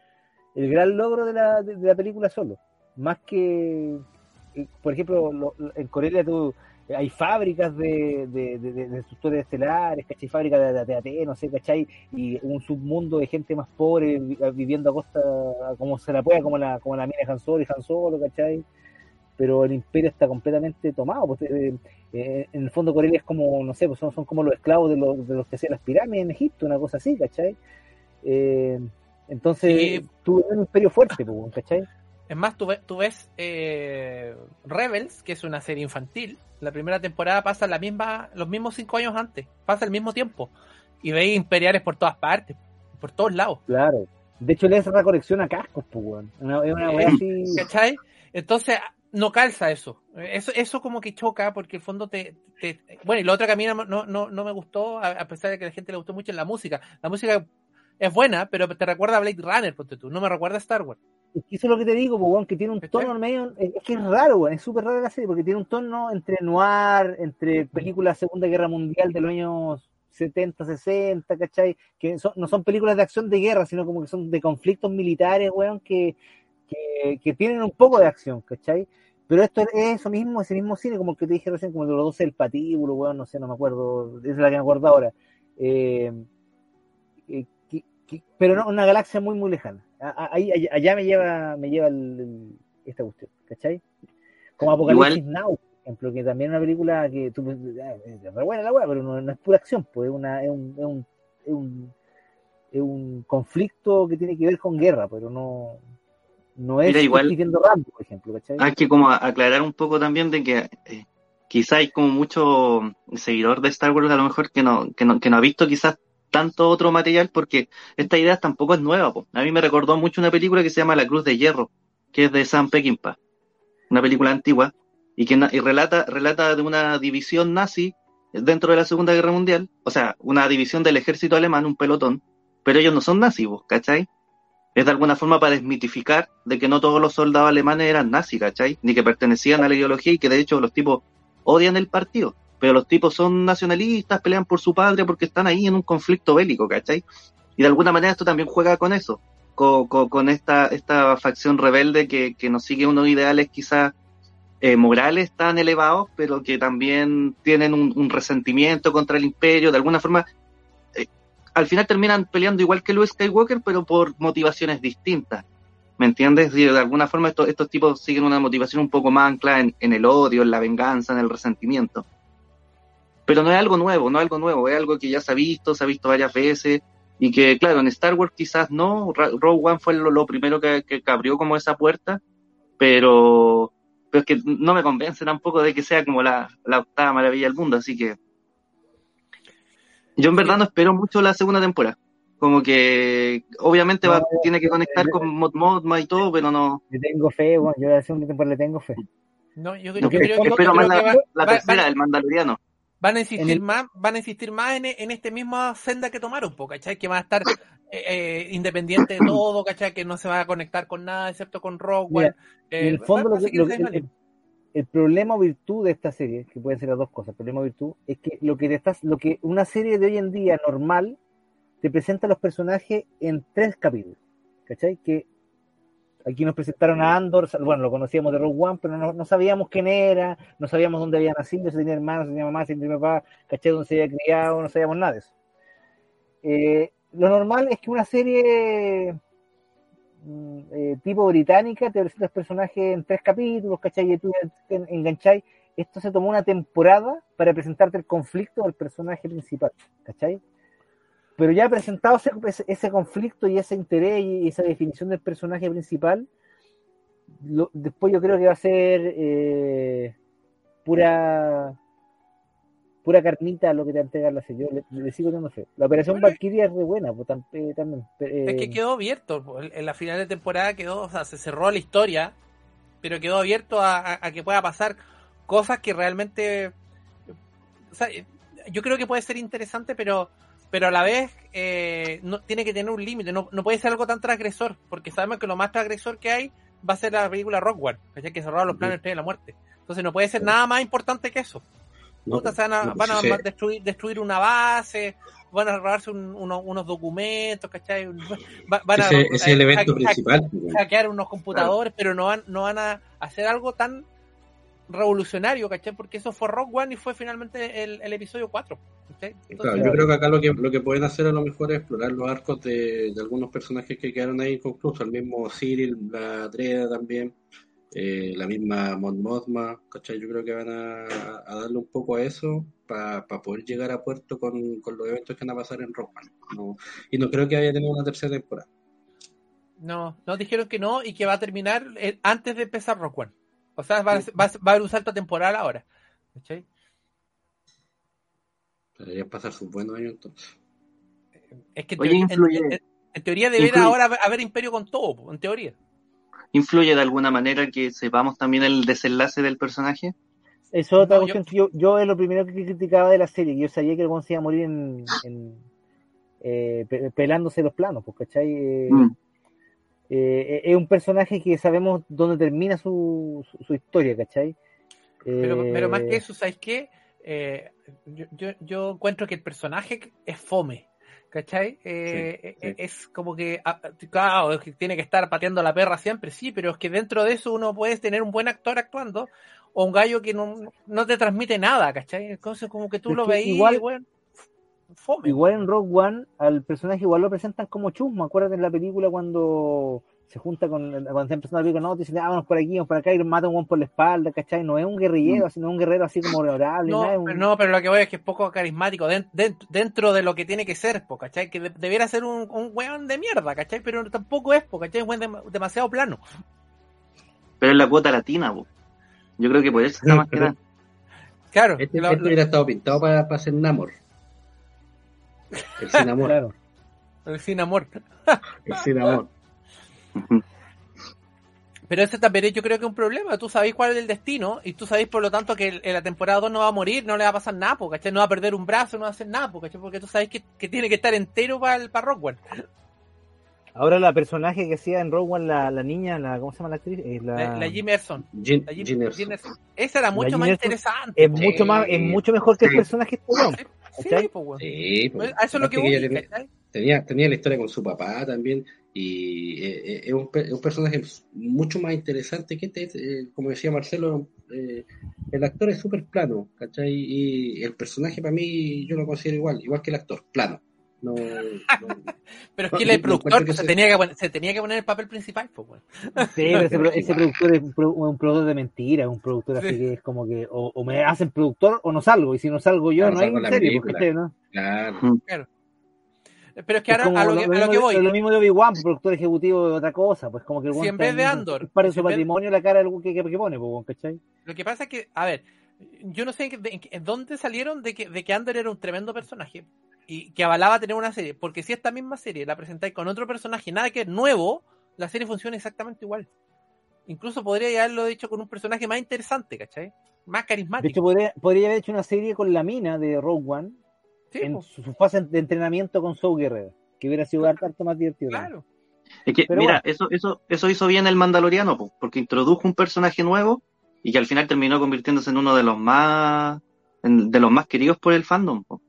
Speaker 2: la película Solo. Más que, por ejemplo, en Corellia hay fábricas de destructores estelares, ¿cachai? Fábricas de AT, no sé, ¿cachai? Y un submundo de gente más pobre viviendo a costa como se la pueda, como la mina de Han Solo y Han Solo, ¿cachai? Pero el imperio está completamente tomado. Pues, en el fondo Corellia es como, no sé, pues son como los esclavos de los que hacían las pirámides en Egipto, una cosa así, ¿cachai? Entonces,
Speaker 1: sí.
Speaker 2: Tuvo un imperio fuerte, pues, ¿cachai?
Speaker 1: Es más, tú ves Rebels, que es una serie infantil. La primera temporada pasa los mismos 5 años antes, pasa el mismo tiempo. Y veis imperiales por todas partes, por todos lados.
Speaker 2: Claro. De hecho, le hace una colección a cascos, pues, weón. Es una wea así.
Speaker 1: ¿Cachai? Entonces, no calza eso. Eso como que choca, porque el fondo bueno, y la otra que a mí no me gustó, a pesar de que a la gente le gustó mucho, es la música. La música es buena, pero te recuerda a Blade Runner, ponte tú. No me recuerda a Star Wars.
Speaker 2: Es que eso es lo que te digo, pues, weón, que tiene un tono medio... Es que es raro, weón, es súper raro la serie, porque tiene un tono entre noir, entre películas de Segunda Guerra Mundial de los años 70, 60, ¿cachai? Que no son películas de acción de guerra, sino como que son de conflictos militares, weón, que tienen un poco de acción, ¿cachai? Pero esto es ese mismo cine, como el que te dije recién, como de los 12 del patíbulo, weón, no sé, no me acuerdo, es la que me acuerdo ahora. Pero no, una galaxia muy, muy lejana. Allá me lleva esta cuestión, ¿cachai? Como Apocalipsis Now, por ejemplo, que también es una película que tú es re buena la weá, pero no es pura acción, pues es un conflicto que tiene que ver con guerra, pero no es
Speaker 3: Mira,
Speaker 2: que
Speaker 3: igual
Speaker 2: estoy viendo Rambo, por ejemplo, ¿cachai?
Speaker 3: hay que como aclarar un poco también de que quizá hay como mucho seguidor de Star Wars a lo mejor que no ha visto quizás tanto otro material porque esta idea tampoco es nueva, po. A mí me recordó mucho una película que se llama La Cruz de Hierro, que es de Sam Peckinpah, una película antigua y relata de una división nazi dentro de la Segunda Guerra Mundial, o sea, una división del ejército alemán, un pelotón, pero ellos no son nazis, ¿cachai? Es de alguna forma para desmitificar de que no todos los soldados alemanes eran nazis, ¿cachai? Ni que pertenecían a la ideología y que de hecho los tipos odian el partido, pero los tipos son nacionalistas, pelean por su patria porque están ahí en un conflicto bélico, ¿cachai? Y de alguna manera esto también juega con eso, con esta facción rebelde que no sigue unos ideales quizás morales tan elevados, pero que también tienen un resentimiento contra el imperio, de alguna forma al final terminan peleando igual que Luke Skywalker, pero por motivaciones distintas. ¿Me entiendes? Y de alguna forma estos tipos siguen una motivación un poco más anclada en el odio, en la venganza, en el resentimiento. Pero no es algo nuevo, es algo que ya se ha visto varias veces, y que, claro, en Star Wars quizás no, Rogue One fue lo primero que abrió como esa puerta, pero es que no me convence tampoco de que sea como la octava maravilla del mundo, así que yo en verdad no espero mucho la segunda temporada. Como que obviamente tiene que conectar con Mod Mothma y todo, pero no.
Speaker 2: Le tengo fe, bueno, yo a la segunda temporada le tengo fe.
Speaker 1: No, yo
Speaker 3: Espero
Speaker 1: creo
Speaker 3: más
Speaker 1: que
Speaker 3: la tercera, el Mandaloriano.
Speaker 1: van a insistir más en este misma senda que tomaron, ¿cachai? Que va a estar independiente de todo, ¿cachai? Que no se va a conectar con nada excepto con Rogue One.
Speaker 2: En el fondo el problema o virtud de esta serie, que pueden ser las dos cosas, problema o virtud, es que lo que una serie de hoy en día normal te presenta a los personajes en 3 capítulos, ¿cachai? Que aquí nos presentaron a Andor, bueno, lo conocíamos de Rogue One, pero no sabíamos quién era, no sabíamos dónde había nacido, si tenía hermanos, si tenía mamá, si tenía papá, ¿cachai? Dónde se había criado, no sabíamos nada de eso. Lo normal es que una serie tipo británica te presenta los personajes en 3 capítulos, ¿cachai? Y tú engancháis. Esto se tomó una temporada para presentarte el conflicto del personaje principal, ¿cachai? Pero ya presentado ese conflicto y ese interés y esa definición del personaje principal, después yo creo que va a ser pura carnita lo que te entrega la serie. Yo le sigo dando fe. La Operación Valkyria es re buena, pues, también.
Speaker 1: Es que quedó abierto. En la final de temporada quedó, o sea, se cerró la historia, pero quedó abierto a que pueda pasar cosas que realmente, o sea, yo creo que puede ser interesante, pero a la vez no tiene que tener un límite. No puede ser algo tan transgresor, porque sabemos que lo más transgresor que hay va a ser la película Rogue One, que cerró los planes de la muerte. Entonces no puede ser nada más importante que eso. Van a destruir una base, van a robarse unos documentos, ¿cachai?
Speaker 4: Ese es el evento principal.
Speaker 1: Hackear unos computadores, pero no van a hacer algo tan revolucionario, ¿cachai? Porque eso fue Rogue One y fue finalmente el episodio 4.
Speaker 4: Entonces, claro, yo creo que acá lo que pueden hacer a lo mejor es explorar los arcos de algunos personajes que quedaron ahí inconclusos, el mismo Cyril, la Dreda también, la misma Mon Mothma, ¿cachai? Yo creo que van a darle un poco a eso para poder llegar a puerto con los eventos que van a pasar en Rogue One. Y no creo que vaya a tener una tercera temporada.
Speaker 1: No, dijeron que no y que va a terminar antes de empezar Rogue One. O sea, va a haber un salto temporal ahora. ¿Cachai?
Speaker 4: Deberían pasar sus buenos años entonces.
Speaker 1: Es que en teoría debería ahora haber imperio con todo, en teoría.
Speaker 3: ¿Influye de alguna manera que sepamos también el desenlace del personaje?
Speaker 2: Eso es otra cuestión que yo es lo primero que criticaba de la serie, que yo sabía que el weón se iba a morir pelándose los planos, ¿cachai? Es un personaje que sabemos dónde termina su historia, ¿cachai?
Speaker 1: Pero más que eso, ¿sabes qué? Yo encuentro que el personaje es fome, ¿cachai? Sí. Es como que, claro, es que tiene que estar pateando la perra siempre, sí, pero es que dentro de eso uno puede tener un buen actor actuando o un gallo que no te transmite nada, ¿cachai? Entonces como que tú lo veís igual, bueno, fome.
Speaker 2: igual en Rogue One, al personaje igual lo presentan como chusma. Acuérdate en la película cuando se junta cuando está empezando la película, no, te dicen, vamos por aquí, vamos por acá, y mata a un guan por la espalda, ¿cachai? No es un guerrillero, así, no es un guerrero así como honorable, nada, es un...
Speaker 1: pero lo que voy es que es poco carismático dentro de lo que tiene que ser, po, ¿cachai? Que debiera ser un weón de mierda, ¿cachai? Pero tampoco es, po, ¿cachai? Es un weón demasiado plano.
Speaker 3: Pero es la cuota latina, po. Yo creo que por eso está más que nada.
Speaker 1: Claro.
Speaker 4: Este hubiera estado pintado para ser Namor. El sin amor.
Speaker 2: Claro.
Speaker 1: El sin amor.
Speaker 4: El sin amor.
Speaker 1: Pero ese también yo creo que es un problema. Tú sabéis cuál es el destino y tú sabéis por lo tanto que en la temporada 2 no va a morir, no le va a pasar nada, ¿cachai? No va a perder un brazo, no va a hacer nada, ¿cachai? Porque tú sabes que tiene que estar entero para Rockwell.
Speaker 2: Ahora la personaje que hacía en Rogue One, la niña, ¿cómo se llama la actriz?
Speaker 1: La Jim Erson.
Speaker 4: Jim Erson.
Speaker 1: Esa era mucho
Speaker 2: Jim
Speaker 1: más
Speaker 2: Erson
Speaker 1: interesante.
Speaker 2: Es mucho mejor que el personaje este weón.
Speaker 1: Sí, pues, bueno.
Speaker 4: Sí, pues,
Speaker 1: a eso es lo que voy,
Speaker 4: tenía la historia con su papá también, y es un personaje mucho más interesante que como decía Marcelo, el actor es súper plano, ¿cachai? Y el personaje para mí yo lo considero igual que el actor, plano. No,
Speaker 1: pero es que el productor se tenía que poner el papel principal, pues, bueno.
Speaker 2: Sí, pero ese productor es un productor de mentiras, un productor así que es como que o me hacen productor o no salgo, y si no salgo yo no hay serie, porque ¿no?
Speaker 1: Claro. Pero es que ahora a lo que voy.
Speaker 2: Lo mismo de Obi-Wan, productor ejecutivo de otra cosa, pues como que el
Speaker 1: si en vez de Andor
Speaker 2: para su patrimonio la cara que pone, pues, ¿cachai?
Speaker 1: Lo que pasa es que, a ver, yo no sé en dónde salieron de que Andor era un tremendo personaje y que avalaba tener una serie, porque si esta misma serie la presentáis con otro personaje, nada que es nuevo, la serie funciona exactamente igual. Incluso podría haberlo hecho con un personaje más interesante, ¿cachai? Más carismático.
Speaker 2: De hecho, podría haber hecho una serie con la mina de Rogue One, sí, en su fase de entrenamiento con Saw Gerrera, que hubiera sido harto más divertido.
Speaker 1: Claro.
Speaker 3: Es que, pero mira, bueno, eso hizo bien el Mandaloriano, porque introdujo un personaje nuevo y que al final terminó convirtiéndose en uno de los más queridos por el fandom, po.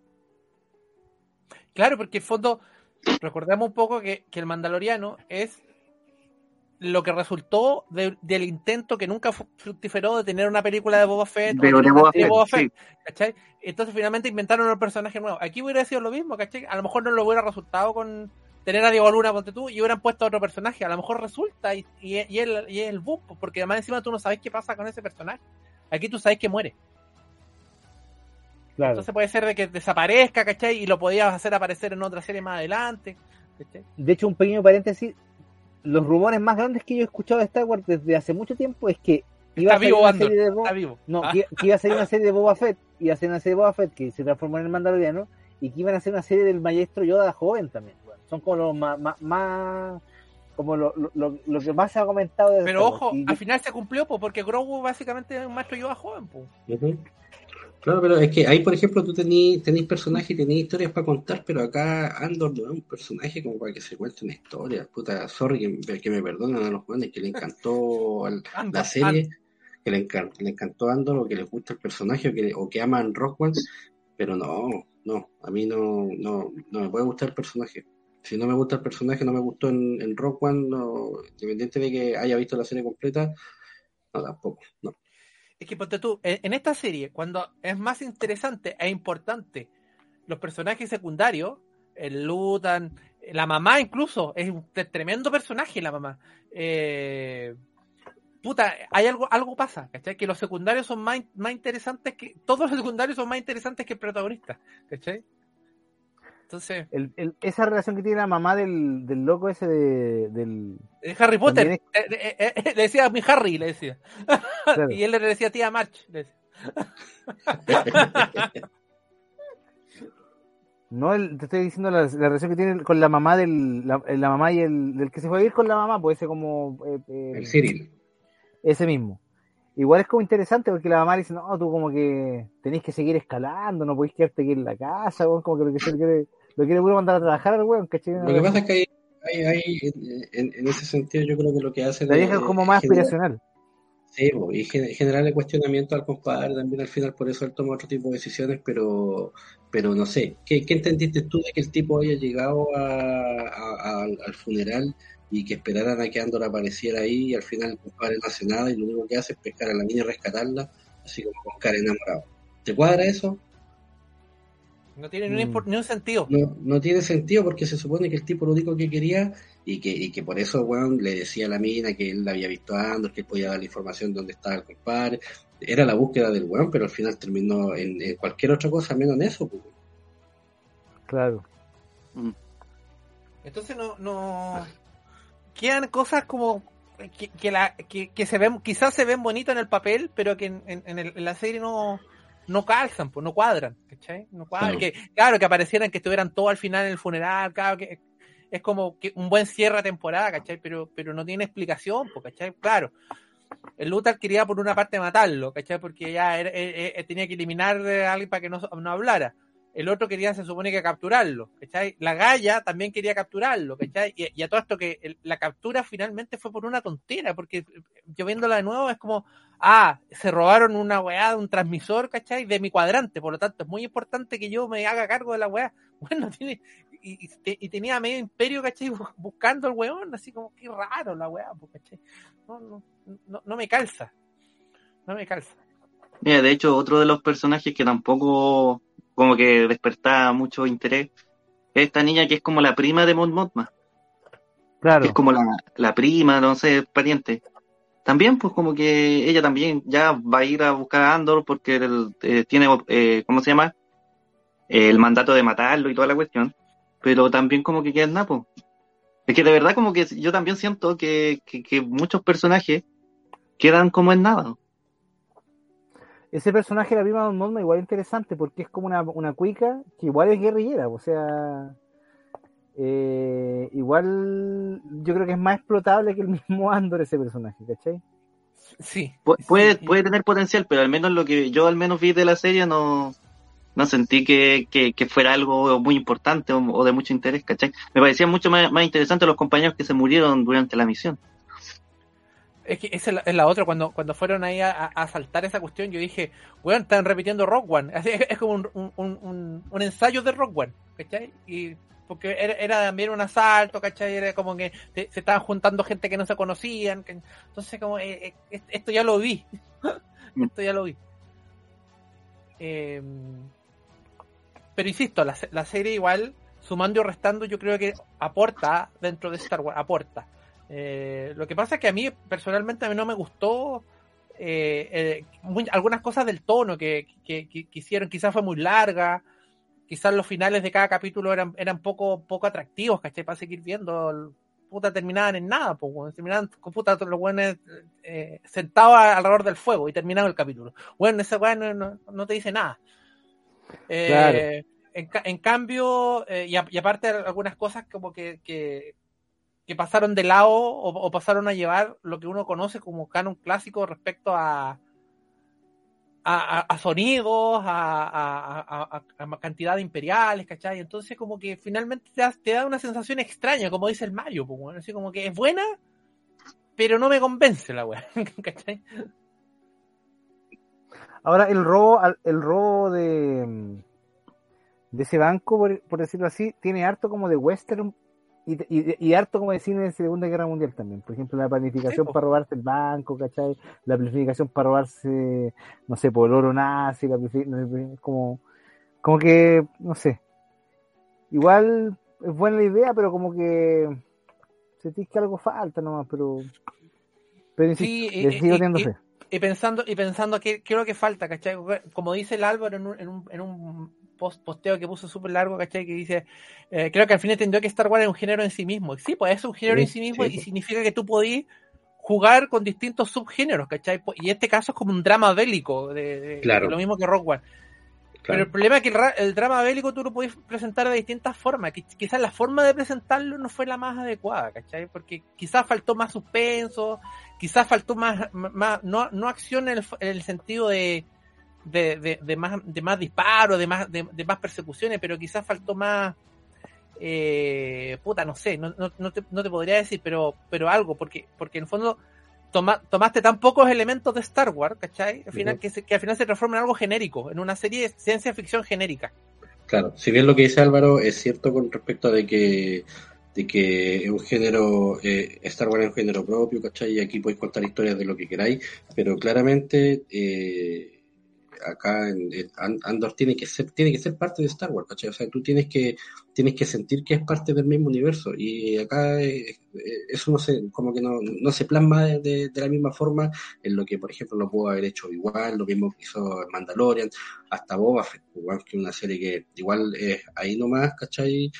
Speaker 1: Claro, porque en fondo recordemos un poco que el Mandaloriano es lo que resultó del intento que nunca fructiferó de tener una película de Boba Fett
Speaker 3: de Boba Fett, sí.
Speaker 1: ¿Cachai? Entonces finalmente inventaron un personaje nuevo. Aquí hubiera sido lo mismo, ¿cachai? A lo mejor no lo hubiera resultado con tener a Diego Luna, ponte tú, y hubieran puesto a otro personaje. A lo mejor resulta y es el boom, porque además encima tú no sabes qué pasa con ese personaje. Aquí tú sabes que muere. Claro. Entonces puede ser de que desaparezca, ¿cachai? Y lo podías hacer aparecer en otra serie más adelante, ¿cachai?
Speaker 2: De hecho, un pequeño paréntesis, los rumores más grandes que yo he escuchado de Star Wars desde hace mucho tiempo es que iba a salir una serie de que iba a salir una serie de Boba Fett, iba a ser una serie de Boba Fett que se transformó en el Mandaloriano, y que iban a hacer una serie del maestro Yoda joven también. Bueno, son como los más como lo que más se ha comentado de
Speaker 1: pero ojo, al final se cumplió, porque Grogu básicamente es un maestro Yoda joven, pues.
Speaker 4: Uh-huh. Claro, pero es que ahí, por ejemplo, tú tenéis personajes y tenéis historias para contar, pero acá Andor no es un personaje como para que se cuente una historia. Puta, sorry que me perdonen a los jóvenes que le encantó la serie, que le encantó Andor, o que les gusta el personaje, o que aman Rogue One, pero no, a mí no me puede gustar el personaje. Si no me gusta el personaje, no me gustó en Rogue One, no, independiente de que haya visto la serie completa, no, tampoco, no.
Speaker 1: Es que ponte tú, en esta serie, cuando es más interesante e importante los personajes secundarios, el Lutan, la mamá incluso, es un tremendo personaje la mamá. Hay algo pasa, ¿cachai? Que los secundarios son más interesantes que... Todos los secundarios son más interesantes que el protagonista, ¿cachai? Entonces...
Speaker 2: esa relación que tiene la mamá del loco ese del
Speaker 1: Harry Potter, le decía a mi Harry, le decía. Claro. Y él le decía tía March, le decía.
Speaker 2: No, te estoy diciendo la relación que tiene con la mamá la mamá y del que se fue a vivir con la mamá, puede ser como
Speaker 4: el Cyril.
Speaker 2: Ese mismo. Igual es como interesante porque la mamá le dice, no, tú como que tenés que seguir escalando, no podés quedarte aquí en la casa, como que lo quiere puro mandar a trabajar al weón, ¿cachai?
Speaker 4: Lo que pasa es que hay en ese sentido yo creo que lo que hacen
Speaker 2: la vieja es como más aspiracional.
Speaker 4: Sí, y generarle cuestionamiento al compadre también al final, por eso él toma otro tipo de decisiones, pero no sé, ¿qué entendiste tú de que el tipo haya llegado al funeral y que esperaran a que Andor apareciera ahí y al final el compadre no hace nada y lo único que hace es pescar a la niña y rescatarla, así como con cara enamorado? ¿Te cuadra eso?
Speaker 1: No tiene ni un sentido.
Speaker 4: No tiene sentido porque se supone que el tipo lo único que quería y que por eso, weón, le decía a la mina que él la había visto a Andor, que él podía dar la información de dónde estaba el compadre. Era la búsqueda del weón, pero al final terminó en cualquier otra cosa menos en eso, pues.
Speaker 2: Claro.
Speaker 1: Entonces no quedan cosas como que se ven, quizás se ven bonitas en el papel, pero que en la serie no calzan, pues no cuadran, ¿cachai? No cuadran. Claro que aparecieran, que estuvieran todos al final en el funeral, claro que es como que un buen cierre de temporada, ¿cachai? Pero no tiene explicación, pues, ¿cachai? Claro, el Luthor quería por una parte matarlo, ¿cachai? Porque ya tenía que eliminar a alguien para que no hablara. El otro quería, se supone, que capturarlo, ¿cachai? La Gaia también quería capturarlo, ¿cachai? Y a todo esto que la captura finalmente fue por una tontera, porque yo viéndola de nuevo es como, se robaron una weá de un transmisor, ¿cachai? De mi cuadrante, por lo tanto es muy importante que yo me haga cargo de la weá. Bueno, y tenía medio imperio, ¿cachai? Buscando al weón, así como, qué raro la weá, ¿cachai? No me calza, no me calza.
Speaker 3: Mira, de hecho, otro de los personajes que tampoco como que despertaba mucho interés es esta niña que es como la prima de Mon Mothma.
Speaker 2: Claro.
Speaker 3: Que es como la prima, no sé, pariente. También, pues como que ella también ya va a ir a buscar a Andor porque tiene, ¿cómo se llama? El mandato de matarlo y toda la cuestión. Pero también como que queda en napo. Es que de verdad como que yo también siento que muchos personajes quedan como en nada.
Speaker 2: Ese personaje de la prima de Mon Mothma igual es interesante porque es como una cuica que igual es guerrillera, o sea, igual yo creo que es más explotable que el mismo Andor ese personaje, ¿cachai?
Speaker 1: Sí.
Speaker 3: Puede tener potencial, pero al menos lo que yo al menos vi de la serie no sentí que fuera algo muy importante o de mucho interés, ¿cachai? Me parecían mucho más interesantes los compañeros que se murieron durante la misión.
Speaker 1: Es que esa es la otra, cuando fueron ahí a saltar esa cuestión, yo dije, weón, están repitiendo Rogue One. Es como un ensayo de Rogue One, ¿cachai? Y porque era también un asalto, ¿cachai? Era como que se estaban juntando gente que no se conocían. Entonces, como, esto ya lo vi. Esto ya lo vi. Pero insisto, la serie igual, sumando y restando, yo creo que aporta dentro de Star Wars, aporta. Lo que pasa es que a mí personalmente no me gustó algunas cosas del tono que hicieron. Quizás fue muy larga, quizás los finales de cada capítulo eran poco atractivos, ¿cachai? Para seguir viendo, puta, terminaban en nada, pues, terminaban con puta los buenos sentados alrededor del fuego y terminaban el capítulo. Bueno, ese weón no te dice nada.
Speaker 2: Claro.
Speaker 1: En cambio, y aparte algunas cosas como que pasaron de lado o pasaron a llevar lo que uno conoce como canon clásico respecto a sonidos, a cantidad de imperiales, ¿cachai? Entonces como que finalmente te da una sensación extraña, como dice el Mario, pues, bueno, así como que es buena, pero no me convence la weá, ¿cachai?
Speaker 2: Ahora el robo de ese banco, por decirlo así, tiene harto como de western y harto como de cine de Segunda Guerra Mundial también. Por ejemplo, la planificación para robarse el banco, ¿cachai? La planificación para robarse, no sé, por el oro nazi, como que, no sé. Igual es buena la idea, pero como que sentís que algo falta nomás, pero insisto,
Speaker 1: Sí,
Speaker 2: les sigo teniendo fe.
Speaker 1: y pensando qué es lo que falta, ¿cachai? Como dice el Álvaro en un posteo que puso súper largo, ¿cachai? Que dice, creo que al fin entendió que Star Wars es un género en sí mismo. Sí, pues es un género en sí mismo, y significa que tú podís jugar con distintos subgéneros, ¿cachai? Y este caso es como un drama bélico,
Speaker 4: Claro.
Speaker 1: de lo mismo que Rogue One.
Speaker 4: Claro.
Speaker 1: Pero el problema es que el drama bélico tú lo podés presentar de distintas formas. Quizás la forma de presentarlo no fue la más adecuada, ¿cachai? Porque quizás faltó más suspenso, quizás faltó más no acción en el sentido de más disparos, de más persecuciones, pero quizás faltó más no sé, no te podría decir, pero algo, porque en el fondo tomaste tan pocos elementos de Star Wars, ¿cachai? Al final, que al final se transforma en algo genérico, en una serie de ciencia ficción genérica.
Speaker 4: Claro, si bien lo que dice Álvaro es cierto con respecto de que es un género, Star Wars es un género propio, ¿cachai? Y aquí podéis contar historias de lo que queráis, pero claramente acá Andor tiene que ser parte de Star Wars, ¿cachai? O sea, tú tienes que sentir que es parte del mismo universo, y acá eso como que no se plasma de la misma forma en lo que, por ejemplo, lo pudo haber hecho igual, lo mismo que hizo Mandalorian, hasta Boba Fett, igual que una serie que igual es ahí nomás, ¿cachai?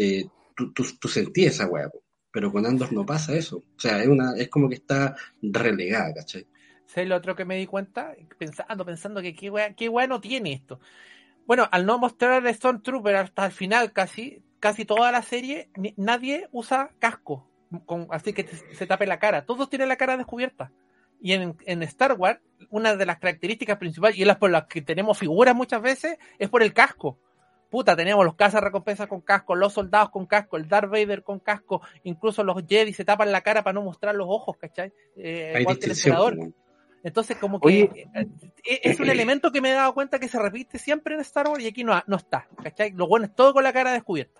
Speaker 4: Tú sentías esa weá, pero con Andor no pasa eso, o sea, es como que está relegada, ¿cachai?
Speaker 1: ¿Sabes lo otro que me di cuenta? Pensando que qué weá no tiene esto. Bueno, al no mostrar el Stormtrooper hasta el final casi toda la serie, nadie usa casco, así que se tape la cara. Todos tienen la cara descubierta. Y en Star Wars, una de las características principales, y es por las que tenemos figuras muchas veces, es por el casco. Puta, tenemos los cazarrecompensas con casco, los soldados con casco, el Darth Vader con casco, incluso los Jedi se tapan la cara para no mostrar los ojos, ¿cachai? Igual que el emperador. Entonces, como que es un elemento que me he dado cuenta que se repite siempre en Star Wars y aquí no está, ¿cachai? Lo bueno es todo con la cara descubierta.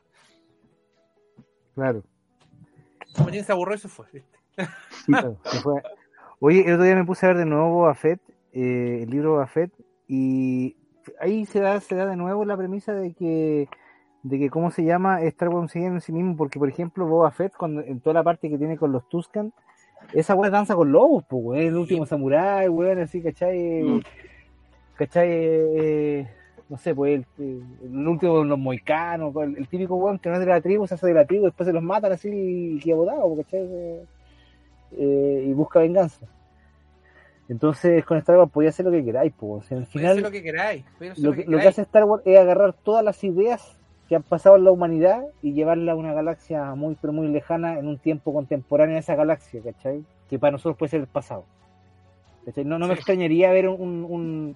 Speaker 2: Claro.
Speaker 1: Martín se aburrió y se fue, ¿viste?
Speaker 2: Claro, se fue. Oye, el otro día me puse a ver de nuevo Boba Fett, el libro Boba Fett, y ahí se da de nuevo la premisa de que ¿cómo se llama? Star Wars sigue en sí mismo, porque por ejemplo Boba Fett, en toda la parte que tiene con los Tusken, esa weá danza con lobos, pues, weón, el último samurái, weón, así, ¿cachai? ¿Cachai? No sé, pues el último de los moicanos, el típico weón que no es de la tribu, se hace de la tribu, después se los matan así y queda botado, ¿cachai? Y busca venganza. Entonces con Star Wars podía hacer lo que queráis, pues. Al final,
Speaker 1: hacer lo que queráis.
Speaker 2: Lo que hace Star Wars es agarrar todas las ideas que han pasado en la humanidad y llevarla a una galaxia muy, pero muy lejana en un tiempo contemporáneo a esa galaxia, ¿cachai? Que para nosotros puede ser el pasado. ¿Cachai? No me extrañaría ver un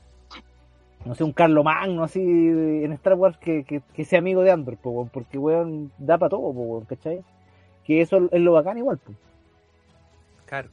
Speaker 2: no sé, un Carlo Magno así en Star Wars que sea amigo de Andor, porque weón da para todo, ¿cachai? Que eso es lo bacán igual, pues.
Speaker 1: Claro.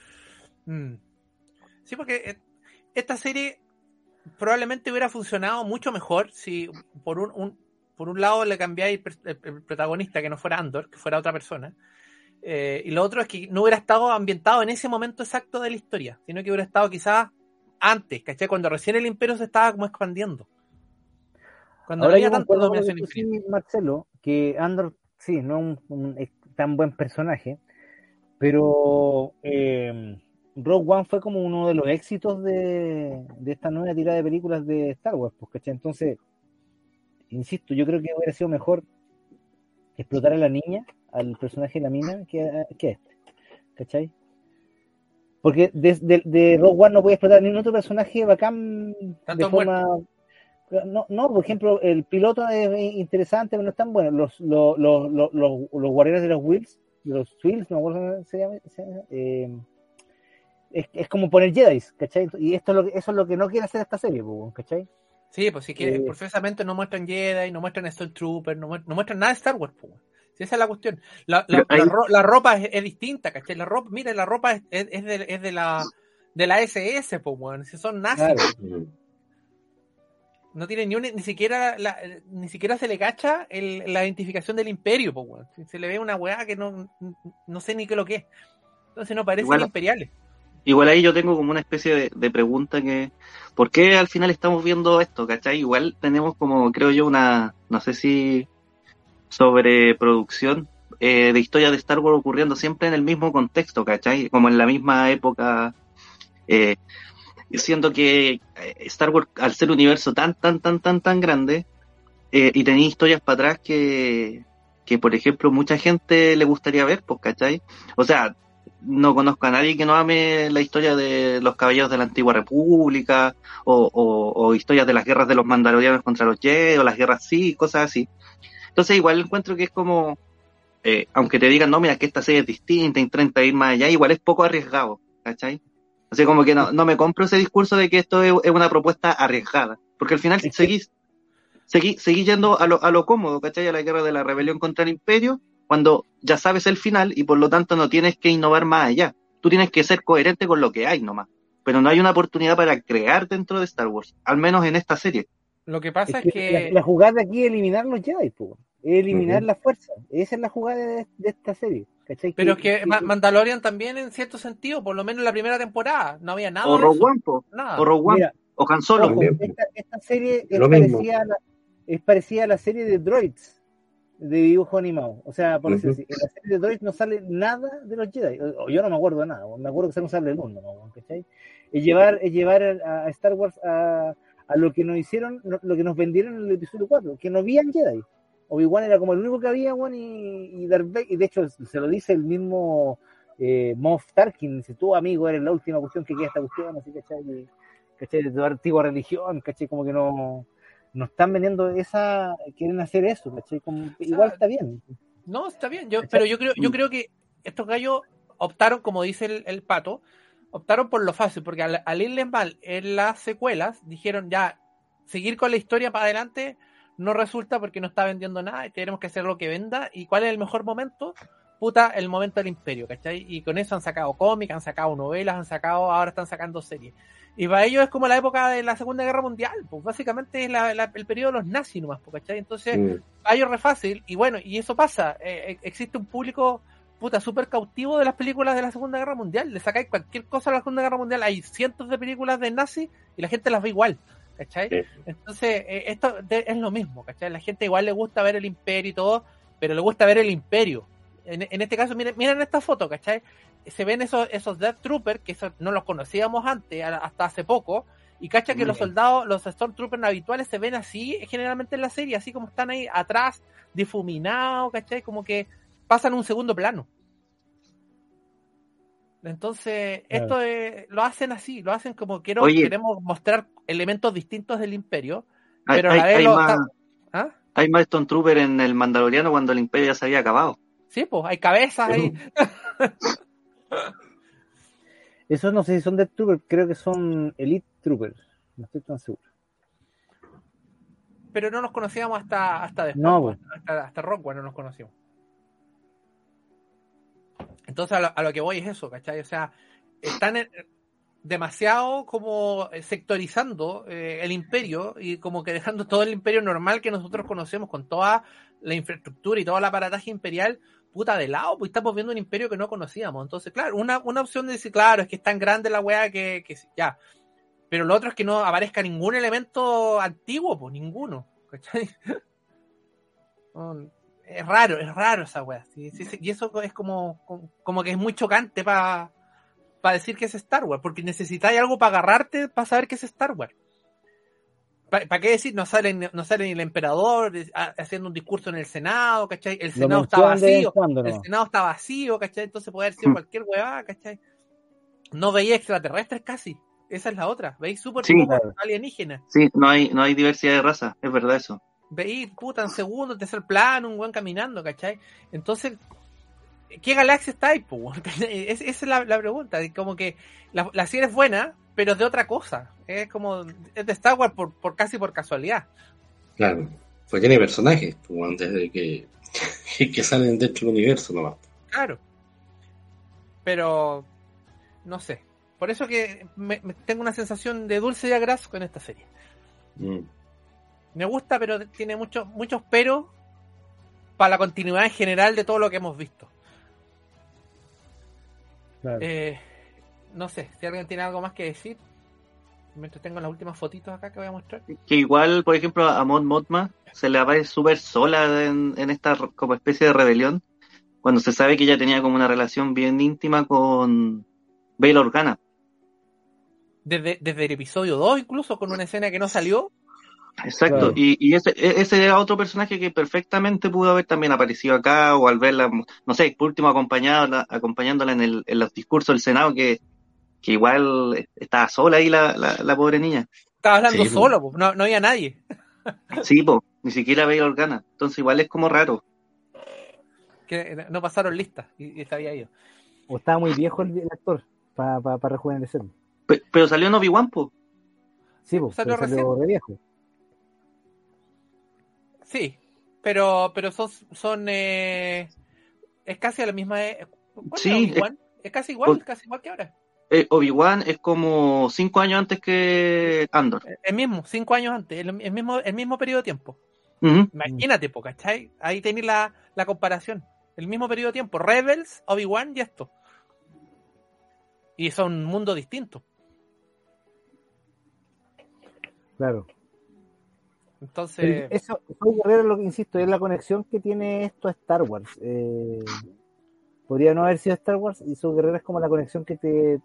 Speaker 1: Sí, porque esta serie probablemente hubiera funcionado mucho mejor si por un lado le cambiáis el protagonista, que no fuera Andor, que fuera otra persona, y lo otro es que no hubiera estado ambientado en ese momento exacto de la historia, sino que hubiera estado quizás antes, ¿cachai? Cuando recién el imperio se estaba como expandiendo. Cuando
Speaker 2: ahora
Speaker 1: no había tanta dominación
Speaker 2: infinita. Sí, Marcelo, que Andor sí, no es un tan buen personaje, pero Rogue One fue como uno de los éxitos de esta nueva tirada de películas de Star Wars, pues, ¿cachai? Entonces, insisto, yo creo que hubiera sido mejor explotar a la niña, al personaje de la mina, que a este, ¿cachai? Porque de Rogue One no puede explotar ningún otro personaje bacán
Speaker 1: tanto
Speaker 2: de forma... No, por ejemplo, el piloto es interesante, pero no es tan bueno. Los guardianes de los Wills, no me acuerdo cómo se llama, es como poner Jedi, ¿cachai? Y eso es lo que no quiere hacer esta serie, ¿cachai?
Speaker 1: Sí, pues sí que profesamente no muestran Jedi, no muestran Stormtrooper, no muestran nada de Star Wars, pues. Sí, esa es la cuestión. La ropa es distinta, ¿cachai? La ropa es de la SS, pues, bueno. Si son nazis. Claro. No tiene ni siquiera se le cacha la identificación del imperio, pues, bueno. Se le ve una weá que no sé ni qué es lo que es. Entonces no parecen imperiales.
Speaker 3: Igual ahí yo tengo como una especie de pregunta que... ¿Por qué al final estamos viendo esto, cachai? Igual tenemos como, creo yo, no sé si sobreproducción de historias de Star Wars ocurriendo siempre en el mismo contexto, cachai? Como en la misma época, siendo que Star Wars, al ser un universo tan grande, y tenía historias para atrás que por ejemplo mucha gente le gustaría ver, pues, cachai. O sea, no conozco a nadie que no ame la historia de los caballeros de la Antigua República o historias de las guerras de los mandalorianos contra los Jedi o las guerras sí, cosas así. Entonces igual encuentro que es como, aunque te digan, no, mira, que esta serie es distinta, intenta ir más allá, igual es poco arriesgado, ¿cachai? O sea, como que no me compro ese discurso de que esto es una propuesta arriesgada, porque al final seguís yendo a lo cómodo, ¿cachai? A la guerra de la rebelión contra el imperio, cuando ya sabes el final y por lo tanto no tienes que innovar más allá. Tú tienes que ser coherente con lo que hay nomás. Pero no hay una oportunidad para crear dentro de Star Wars, al menos en esta serie.
Speaker 1: Lo que pasa es que...
Speaker 2: La jugada de aquí es eliminar los Jedi, es eliminar la fuerza. Esa es la jugada de esta serie. ¿Cachai?
Speaker 1: Pero es que Mandalorian también, en cierto sentido, por lo menos en la primera temporada, no había nada.
Speaker 3: O Rogue One, nada. O Rogue One. O Han Solo.
Speaker 2: Ojo,
Speaker 4: También.
Speaker 2: esta serie es
Speaker 4: Lo mismo.
Speaker 2: parecida a la serie de Droids de dibujo animado. O sea, por decir
Speaker 4: Ujú.
Speaker 2: así, en la serie de Droids no sale nada de los Jedi. O yo no me acuerdo de nada. Me acuerdo que no sale el uno, ¿no? ¿Cachai? Es llevar a Star Wars a lo que nos hicieron, lo que nos vendieron en el episodio 4, que no habían Jedi. Obi-Wan era como el único que había, Juan, y Darth Vader, y de hecho se lo dice el mismo Moff Tarkin, dice, tú amigo, eres la última cuestión que queda esta cuestión, así, ¿cachai? De tu antigua religión, ¿cachai? Como que no están vendiendo quieren hacer eso, ¿cachai? Como, igual está bien.
Speaker 1: No, está bien,
Speaker 2: ¿Cachai?
Speaker 1: pero yo creo que estos gallos optaron, como dice el pato, optaron por lo fácil, porque al irles mal en las secuelas, dijeron ya, seguir con la historia para adelante no resulta porque no está vendiendo nada y tenemos que hacer lo que venda. ¿Y cuál es el mejor momento? Puta, el momento del imperio, ¿cachai? Y con eso han sacado cómics, han sacado novelas, ahora están sacando series. Y para ellos es como la época de la Segunda Guerra Mundial, pues básicamente es el periodo de los nazis nomás, ¿cachai? Entonces, a ellos re fácil, y bueno, y eso pasa, existe un público puta súper cautivo de las películas de la Segunda Guerra Mundial, le sacáis cualquier cosa a la Segunda Guerra Mundial, hay cientos de películas de nazis y la gente las ve igual, ¿cachai?
Speaker 4: Sí.
Speaker 1: Entonces, esto es lo mismo, ¿cachai? La gente igual le gusta ver el imperio y todo, pero le gusta ver el imperio. En este caso, miren esta foto, ¿cachai? Se ven esos Death Troopers, que no los conocíamos antes, hasta hace poco, y cacha que los soldados, los Stormtroopers habituales se ven así, generalmente en la serie, así como están ahí atrás, difuminados, ¿cachai? Como que pasan un segundo plano. Entonces, esto lo hacen así, lo hacen como
Speaker 3: Oye,
Speaker 1: queremos mostrar elementos distintos del imperio,
Speaker 3: hay,
Speaker 1: pero a la vez
Speaker 3: hay más,
Speaker 1: ¿Ah?
Speaker 3: hay más Stormtrooper en el Mandaloriano cuando el Imperio ya se había acabado.
Speaker 1: Sí, pues, hay cabezas ahí.
Speaker 2: Esos no sé si son Death Troopers, creo que son Elite Troopers, no estoy tan seguro.
Speaker 1: Pero no nos conocíamos hasta después,
Speaker 2: No,
Speaker 1: pues, hasta Rockwell no nos conocimos. Entonces a lo que voy es eso, ¿cachai? O sea, están demasiado como sectorizando el imperio y como que dejando todo el imperio normal que nosotros conocemos con toda la infraestructura y todo el aparataje imperial, puta, de lado, pues estamos viendo un imperio que no conocíamos. Entonces, claro, una opción de decir, claro, es que es tan grande la weá que ya. Pero lo otro es que no aparezca ningún elemento antiguo, pues ninguno, ¿cachai? Es raro esa weá. ¿Sí? Y eso es como que es muy chocante para decir que es Star Wars, porque necesitáis algo para agarrarte para saber que es Star Wars. ¿Para qué decir? No sale ni el emperador haciendo un discurso en el Senado, ¿cachai? El Senado está vacío. El Senado está vacío, ¿cachai? Entonces puede haber sido cualquier huevada, ¿cachai? No veía extraterrestres casi. Esa es la otra. Veis súper pocos alienígenas.
Speaker 3: Sí, no hay diversidad de raza, es verdad eso.
Speaker 1: Veis, puta, en segundo, tercer plano, un buen caminando, ¿cachai? Entonces, ¿qué galaxia está ahí? Esa es la pregunta. Como que la serie es buena, pero es de otra cosa. Es de Star Wars casi por casualidad.
Speaker 4: Claro, pues tiene personajes, pues, desde que salen dentro del universo nomás.
Speaker 1: Claro. Pero, no sé. Por eso que tengo una sensación de dulce y agraz con esta serie. Me gusta, pero tiene muchos peros para la continuidad en general de todo lo que hemos visto.
Speaker 2: Claro.
Speaker 1: No sé, si alguien tiene algo más que decir, mientras tengo las últimas fotitos acá que voy a mostrar.
Speaker 3: Que igual, por ejemplo, a Mon Mothma se le aparece súper sola en esta como especie de rebelión, cuando se sabe que ella tenía como una relación bien íntima con Bail Organa.
Speaker 1: Desde el episodio 2 incluso, con una escena que no salió.
Speaker 3: Exacto, claro. Y ese era otro personaje que perfectamente pudo haber también aparecido acá, o al verla, no sé, por último acompañándola en los discursos del Senado, que igual estaba sola ahí la pobre niña.
Speaker 1: Estaba hablando solo, po. No había nadie.
Speaker 3: Sí, pues, ni siquiera veía Organa, entonces igual es como raro.
Speaker 1: Que no pasaron listas y estaba ido.
Speaker 2: O estaba muy viejo el actor para rejuvenecerlo.
Speaker 3: Pero salió en Obi-Wan, pues.
Speaker 2: Sí, pues, salió re viejo.
Speaker 1: Sí, pero son es casi a la misma.
Speaker 3: Sí,
Speaker 1: es casi igual que ahora.
Speaker 3: Obi-Wan es como 5 años antes que Andor.
Speaker 1: El mismo, 5 años antes, el mismo periodo de tiempo.
Speaker 3: Uh-huh.
Speaker 1: Imagínate, ¿cachai? Ahí tenéis la comparación. El mismo periodo de tiempo. Rebels, Obi-Wan y esto. Y son mundos distintos.
Speaker 2: Claro.
Speaker 1: Entonces,
Speaker 2: Eso, Soy Guerrero, lo que insisto, es la conexión que tiene esto a Star Wars. Podría no haber sido Star Wars y Soy Guerrero es como la conexión que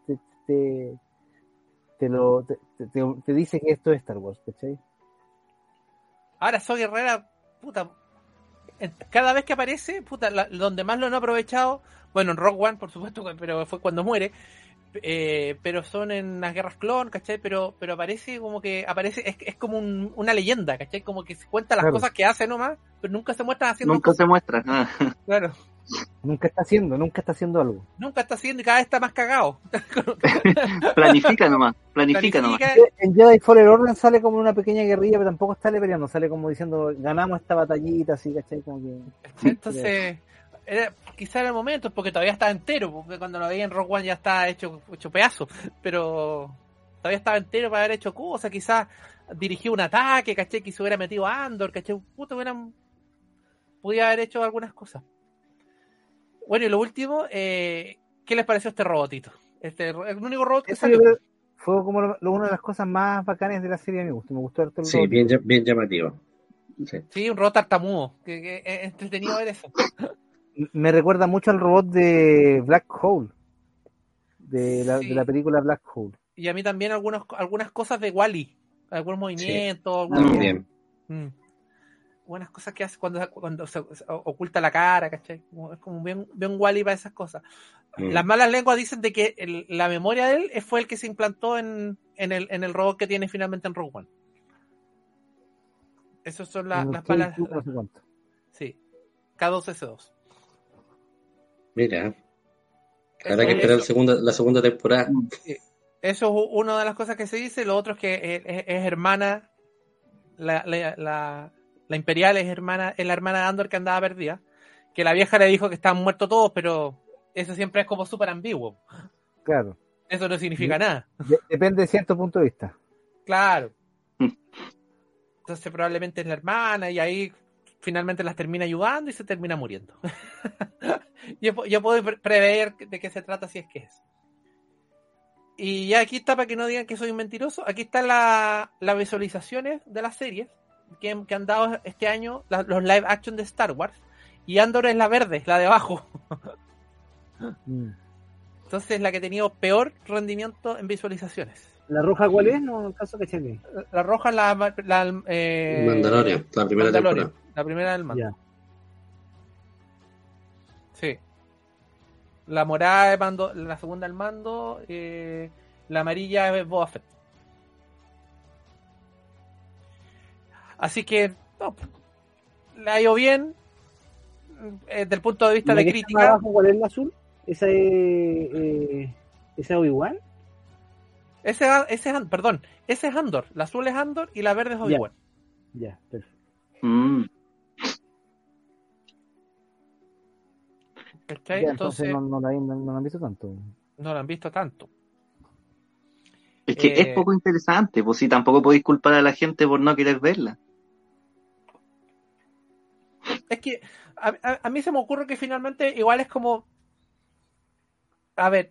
Speaker 2: te dice que esto es Star Wars, ¿cachai?
Speaker 1: ahora Soy Guerrera, puta, cada vez que aparece, puta, donde más lo han aprovechado, bueno, en Rogue One, por supuesto, pero fue cuando muere, pero son en las guerras clon, ¿cachai? Pero aparece como que, es como una leyenda, ¿cachai? Como que se cuenta las
Speaker 2: Claro.
Speaker 1: cosas que hace nomás, pero nunca se muestran haciendo
Speaker 3: Nunca
Speaker 1: cosas.
Speaker 3: se muestra.
Speaker 1: Claro,
Speaker 2: Nunca está haciendo algo.
Speaker 1: nunca está haciendo y cada vez está más cagado.
Speaker 3: Planifica nomás. Planifica.
Speaker 2: En Jedi Fallen Order sale como una pequeña guerrilla, pero tampoco está peleando, sale como diciendo, ganamos esta batallita, así, ¿cachai? Como que...
Speaker 1: Entonces, quizá era el momento, porque todavía estaba entero, porque cuando lo veía en Rogue One ya estaba hecho pedazo, pero todavía estaba entero para haber hecho cosas, quizás dirigió un ataque, ¿cachai? Que se hubiera metido a Andor, ¿cachai? Podía haber hecho algunas cosas. Bueno, y lo último, ¿qué les pareció este robotito? El único robot que
Speaker 2: Eso
Speaker 1: salió.
Speaker 2: yo creo fue como una de las cosas más bacanas de la serie, me gustó harto el
Speaker 4: Sí,
Speaker 2: robot.
Speaker 4: bien llamativo. Sí.
Speaker 1: Sí, un robot tartamudo, que es entretenido ver eso.
Speaker 2: Me recuerda mucho al robot de Black Hole, de
Speaker 1: Sí.
Speaker 2: la película Black Hole.
Speaker 1: Y a mí también algunas cosas de Wall-E, algunos movimientos,
Speaker 4: También.
Speaker 1: buenas cosas que hace cuando se oculta la cara, ¿cachai? Es como bien Wall-E para esas cosas. Las malas lenguas dicen de que la memoria de él fue el que se implantó en el robot que tiene finalmente en Rogue One. Esas son las malas.
Speaker 2: No sé cuánto.
Speaker 1: Sí, K2S2.
Speaker 4: Mira, habrá que esperar la segunda temporada.
Speaker 1: Sí. Eso es una de las cosas que se dice. Lo otro es que es hermana, la Imperial es la hermana de Andor que andaba perdida. Que la vieja le dijo que estaban muertos todos, pero eso siempre es como súper ambiguo.
Speaker 2: Claro.
Speaker 1: Eso no significa nada.
Speaker 2: Depende de cierto punto de vista.
Speaker 1: Claro. Entonces probablemente es la hermana y ahí finalmente las termina ayudando y se termina muriendo. Yo puedo prever de qué se trata si es que es. Y ya aquí está, para que no digan que soy un mentiroso, aquí están las visualizaciones de las series que han dado este año, los live action de Star Wars, y Andor es la verde, la de abajo. Entonces es la que ha tenido peor rendimiento en visualizaciones.
Speaker 2: ¿La roja cuál es? No, en caso que cheque.
Speaker 1: La roja es la
Speaker 4: Mandalorian, la primera temporada.
Speaker 1: La primera del mando.
Speaker 2: Ya.
Speaker 1: Sí. La morada de mando, la segunda del mando, la amarilla es Boba Fett. Así que no, le ha ido bien desde el punto de vista de crítica.
Speaker 2: Abajo, ¿cuál es la azul? ¿Esa es Obi-Wan?
Speaker 1: Ese es Andor. La azul es Andor y la verde es Obi-Wan.
Speaker 2: Ya, perfecto.
Speaker 1: ¿Cachai?
Speaker 2: Ya, entonces no la han visto tanto.
Speaker 1: No la han visto tanto.
Speaker 3: Es que es poco interesante, pues si tampoco podéis culpar a la gente por no querer verla.
Speaker 1: Es que a mí se me ocurre que finalmente igual es como, a ver,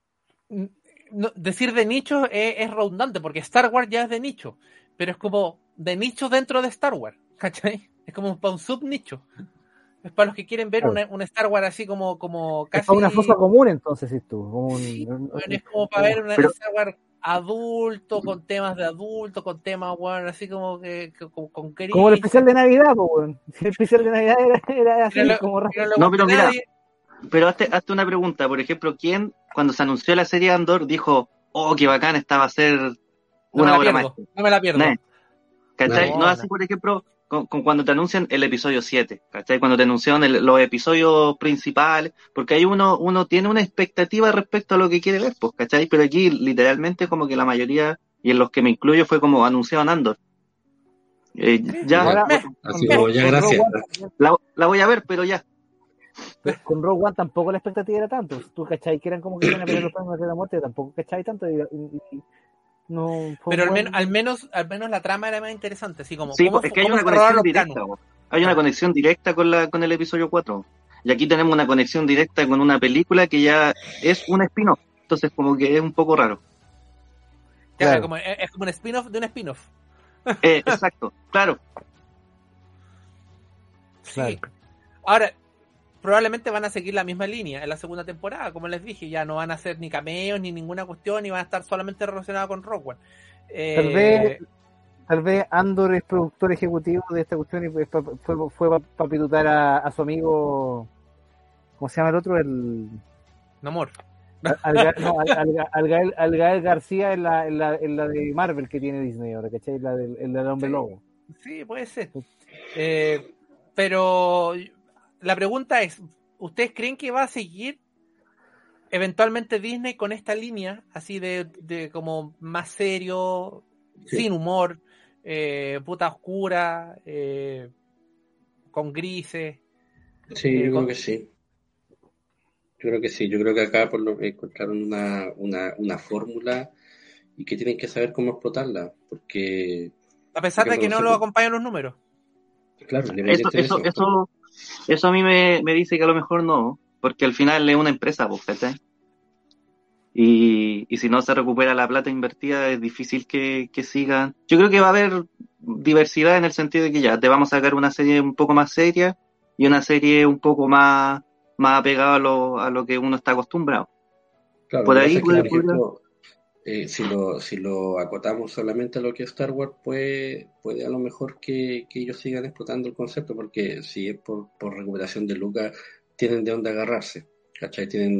Speaker 1: decir de nicho es redundante, porque Star Wars ya es de nicho, pero es como de nicho dentro de Star Wars, ¿cachai? Es como para un subnicho. Es para los que quieren ver un Star Wars así como casi...
Speaker 2: Es para una fosa común, entonces, ¿sí tú?
Speaker 1: Sí, es como para ver un Star Wars adulto, con temas de adulto, con temas, bueno, así como que con gris.
Speaker 2: Como el especial de Navidad, pues, bueno. El especial de Navidad era así, como raro.
Speaker 3: No, pero mira, pero hazte una pregunta. Por ejemplo, ¿quién, cuando se anunció la serie Andor, dijo, oh, qué bacán, esta va a ser una obra maestra?
Speaker 1: No me la pierdo.
Speaker 3: ¿Cachai? No así, por ejemplo, con cuando te anuncian el episodio 7, ¿cachai? Cuando te anunciaron los episodios principales, porque ahí uno tiene una expectativa respecto a lo que quiere ver, pues, ¿cachai? Pero aquí literalmente como que la mayoría, y en los que me incluyo, fue como anunciaban Andor.
Speaker 4: Así como ya, gracias.
Speaker 2: La
Speaker 3: voy a ver, pero ya.
Speaker 2: Pero con Rogue One tampoco la expectativa era tanto. Tú, ¿cachai? Que eran como que iban a pelear los planos de la muerte, tampoco, ¿cachai? Tanto. No,
Speaker 1: pero al menos la trama era más interesante, así como
Speaker 3: sí, es que hay una conexión directa, hay una conexión directa con el episodio 4, y aquí tenemos una conexión directa con una película que ya es un spin-off, entonces como que es un poco raro.
Speaker 1: Claro. Es como un spin-off de un spin-off.
Speaker 3: Exacto, claro.
Speaker 1: Sí.
Speaker 2: Claro.
Speaker 1: Ahora, probablemente van a seguir la misma línea en la segunda temporada, como les dije, ya no van a hacer ni cameos ni ninguna cuestión y van a estar solamente relacionados con Rockwell.
Speaker 2: Tal vez Andor es productor ejecutivo de esta cuestión y fue para pitutar a su amigo, ¿cómo se llama el otro?
Speaker 1: Namor.
Speaker 2: Al Gael García en la de Marvel que tiene Disney ahora, ¿cachai? En la del Hombre Lobo.
Speaker 1: Sí, puede ser. Pero la pregunta es, ¿ustedes creen que va a seguir eventualmente Disney con esta línea así de como más serio,
Speaker 4: Sí.
Speaker 1: sin humor, puta oscura, con grises?
Speaker 4: Sí, yo creo que sí. Yo creo que sí. Yo creo que acá por lo encontraron una fórmula y que tienen que saber cómo explotarla. Porque,
Speaker 1: A pesar
Speaker 4: por
Speaker 1: de
Speaker 4: ejemplo,
Speaker 1: que
Speaker 4: no
Speaker 1: no
Speaker 4: sé,
Speaker 1: lo acompañan los números.
Speaker 4: claro,
Speaker 3: Eso,
Speaker 4: independiente de
Speaker 3: eso,
Speaker 4: eso.
Speaker 3: eso a mí me dice que a lo mejor no, porque al final es una empresa, pues, ¿cachai? Y si no se recupera la plata invertida, es difícil que sigan. Yo creo que va a haber diversidad en el sentido de que ya te vamos a sacar una serie un poco más seria y una serie un poco más apegada a lo que uno está acostumbrado.
Speaker 4: Claro,
Speaker 3: Por
Speaker 4: lo que
Speaker 3: ahí
Speaker 4: pasa es que, por
Speaker 3: podría.
Speaker 4: ejemplo, si lo acotamos solamente a lo que es Star Wars, puede a lo mejor que ellos sigan explotando el concepto, porque si es por recuperación de lucas, tienen de dónde agarrarse, ¿cachai? Tienen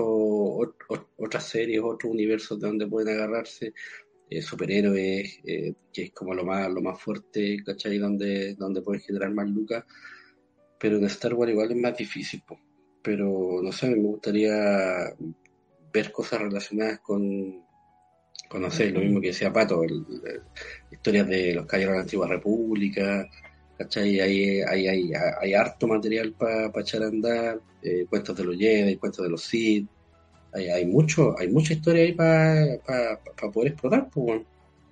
Speaker 4: otras series, otros universos de donde pueden agarrarse, superhéroes, que es como lo más fuerte, ¿cachai? Donde pueden generar más lucas, pero en Star Wars igual es más difícil, po. Pero no sé, me gustaría ver cosas relacionadas con no sé, lo mismo que decía Pato, historias de los caballeros de la Antigua República, ¿cachai? Hay harto material para echar a andar, cuentos de los Jedi, cuentos de los Sith, hay mucha historia ahí para poder explorar, pues, bueno.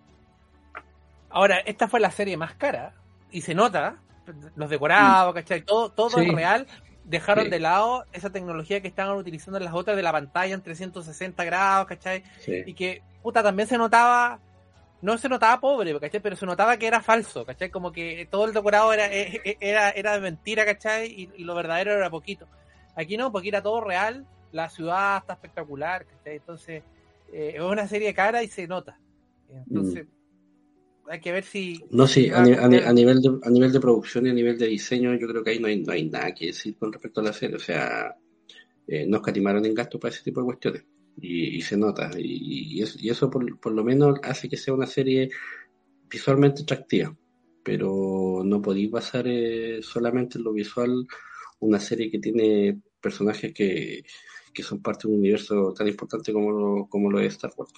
Speaker 1: Ahora, esta fue la serie más cara y se nota, los decorados, ¿cachai? Todo
Speaker 4: Sí,
Speaker 1: es real. Dejaron
Speaker 4: sí,
Speaker 1: de lado esa tecnología que estaban utilizando en las otras de la pantalla en 360 grados, ¿cachai?
Speaker 4: sí,
Speaker 1: Y que, puta, también se notaba, no se notaba pobre, ¿cachai? Pero se notaba que era falso, ¿cachai? Como que todo el decorado era de mentira, ¿cachai? Y lo verdadero era poquito. Aquí no, porque era todo real, la ciudad está espectacular, ¿cachai? Entonces, es una serie cara y se nota. Entonces, hay que ver si
Speaker 4: No, sí,
Speaker 1: va a copiar.
Speaker 4: a nivel de producción y a nivel de diseño, yo creo que ahí no hay nada que decir con respecto a la serie. O sea, no escatimaron en gasto para ese tipo de cuestiones. Y se nota. Y eso por lo menos hace que sea una serie visualmente atractiva. Pero no podéis basar solamente en lo visual una serie que tiene personajes que son parte de un universo tan importante como lo es Star Wars.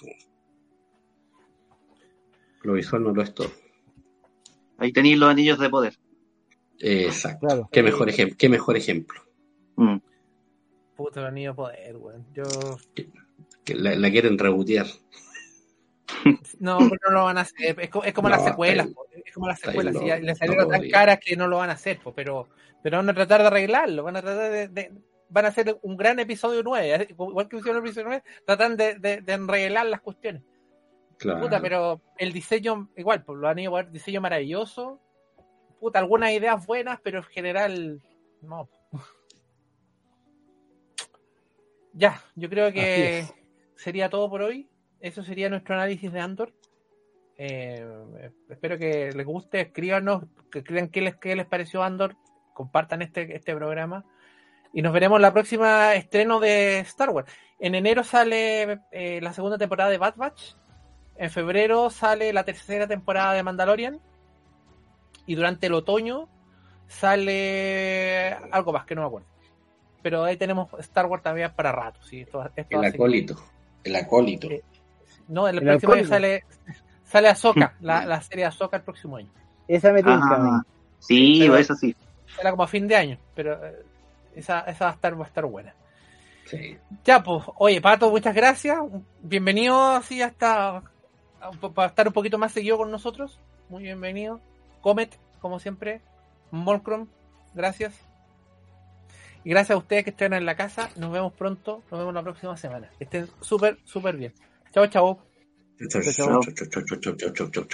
Speaker 4: Lo visual no lo es todo.
Speaker 3: Ahí tenéis los anillos de poder.
Speaker 4: Exacto.
Speaker 2: Claro.
Speaker 4: Qué mejor ejemplo.
Speaker 3: Mm.
Speaker 1: Puta, el anillo de poder, weón.
Speaker 4: Que la quieren rebotear.
Speaker 1: No, pero no lo van a hacer. Es como
Speaker 4: No,
Speaker 1: las secuelas,
Speaker 4: está
Speaker 1: po. Es como las
Speaker 4: está
Speaker 1: secuelas. Si ya
Speaker 4: loco,
Speaker 1: les
Speaker 4: no
Speaker 1: salieron tan
Speaker 4: podría.
Speaker 1: caras que no lo van a hacer, po, pero van a tratar de arreglarlo. Van a tratar van a hacer un gran episodio 9. Igual que hicieron el episodio 9, tratan de arreglar las cuestiones. Puta,
Speaker 4: Claro.
Speaker 1: pero el diseño, igual, pues lo han ido a ver, diseño maravilloso. Puta, algunas ideas buenas, pero en general, no. Ya, yo creo
Speaker 2: Así
Speaker 1: que
Speaker 2: es.
Speaker 1: sería todo por hoy. Eso sería nuestro análisis de Andor. Espero que les guste, escríbanos, que crean qué les pareció Andor, compartan este programa y nos veremos la próxima estreno de Star Wars. En enero sale la segunda temporada de Bad Batch, en febrero sale la tercera temporada de Mandalorian y durante el otoño sale algo más que no me acuerdo. Pero ahí tenemos Star Wars también para rato. ¿Sí? Esto va
Speaker 4: El
Speaker 1: a seguir.
Speaker 4: acólito.
Speaker 1: No, el
Speaker 2: El
Speaker 1: próximo año
Speaker 2: alcohólico.
Speaker 1: sale Ahsoka, la serie Ahsoka el próximo año.
Speaker 2: Esa me tinca a
Speaker 3: Ah,
Speaker 2: mí.
Speaker 3: sí,
Speaker 1: Pero
Speaker 3: eso sí.
Speaker 1: era como a fin de año, pero esa va a estar buena.
Speaker 4: Sí.
Speaker 1: Ya, pues, oye, Pato, muchas gracias. Bienvenido así hasta para estar un poquito más seguido con nosotros. Muy bienvenido. Comet, como siempre. Molcrom, gracias. Y gracias a ustedes que estén en la casa. Nos vemos pronto. Nos vemos la próxima semana. Que estén súper, súper bien. Chao, chao.
Speaker 4: Chau, chau, chau, chau, chau, chau, chau, chau, chau.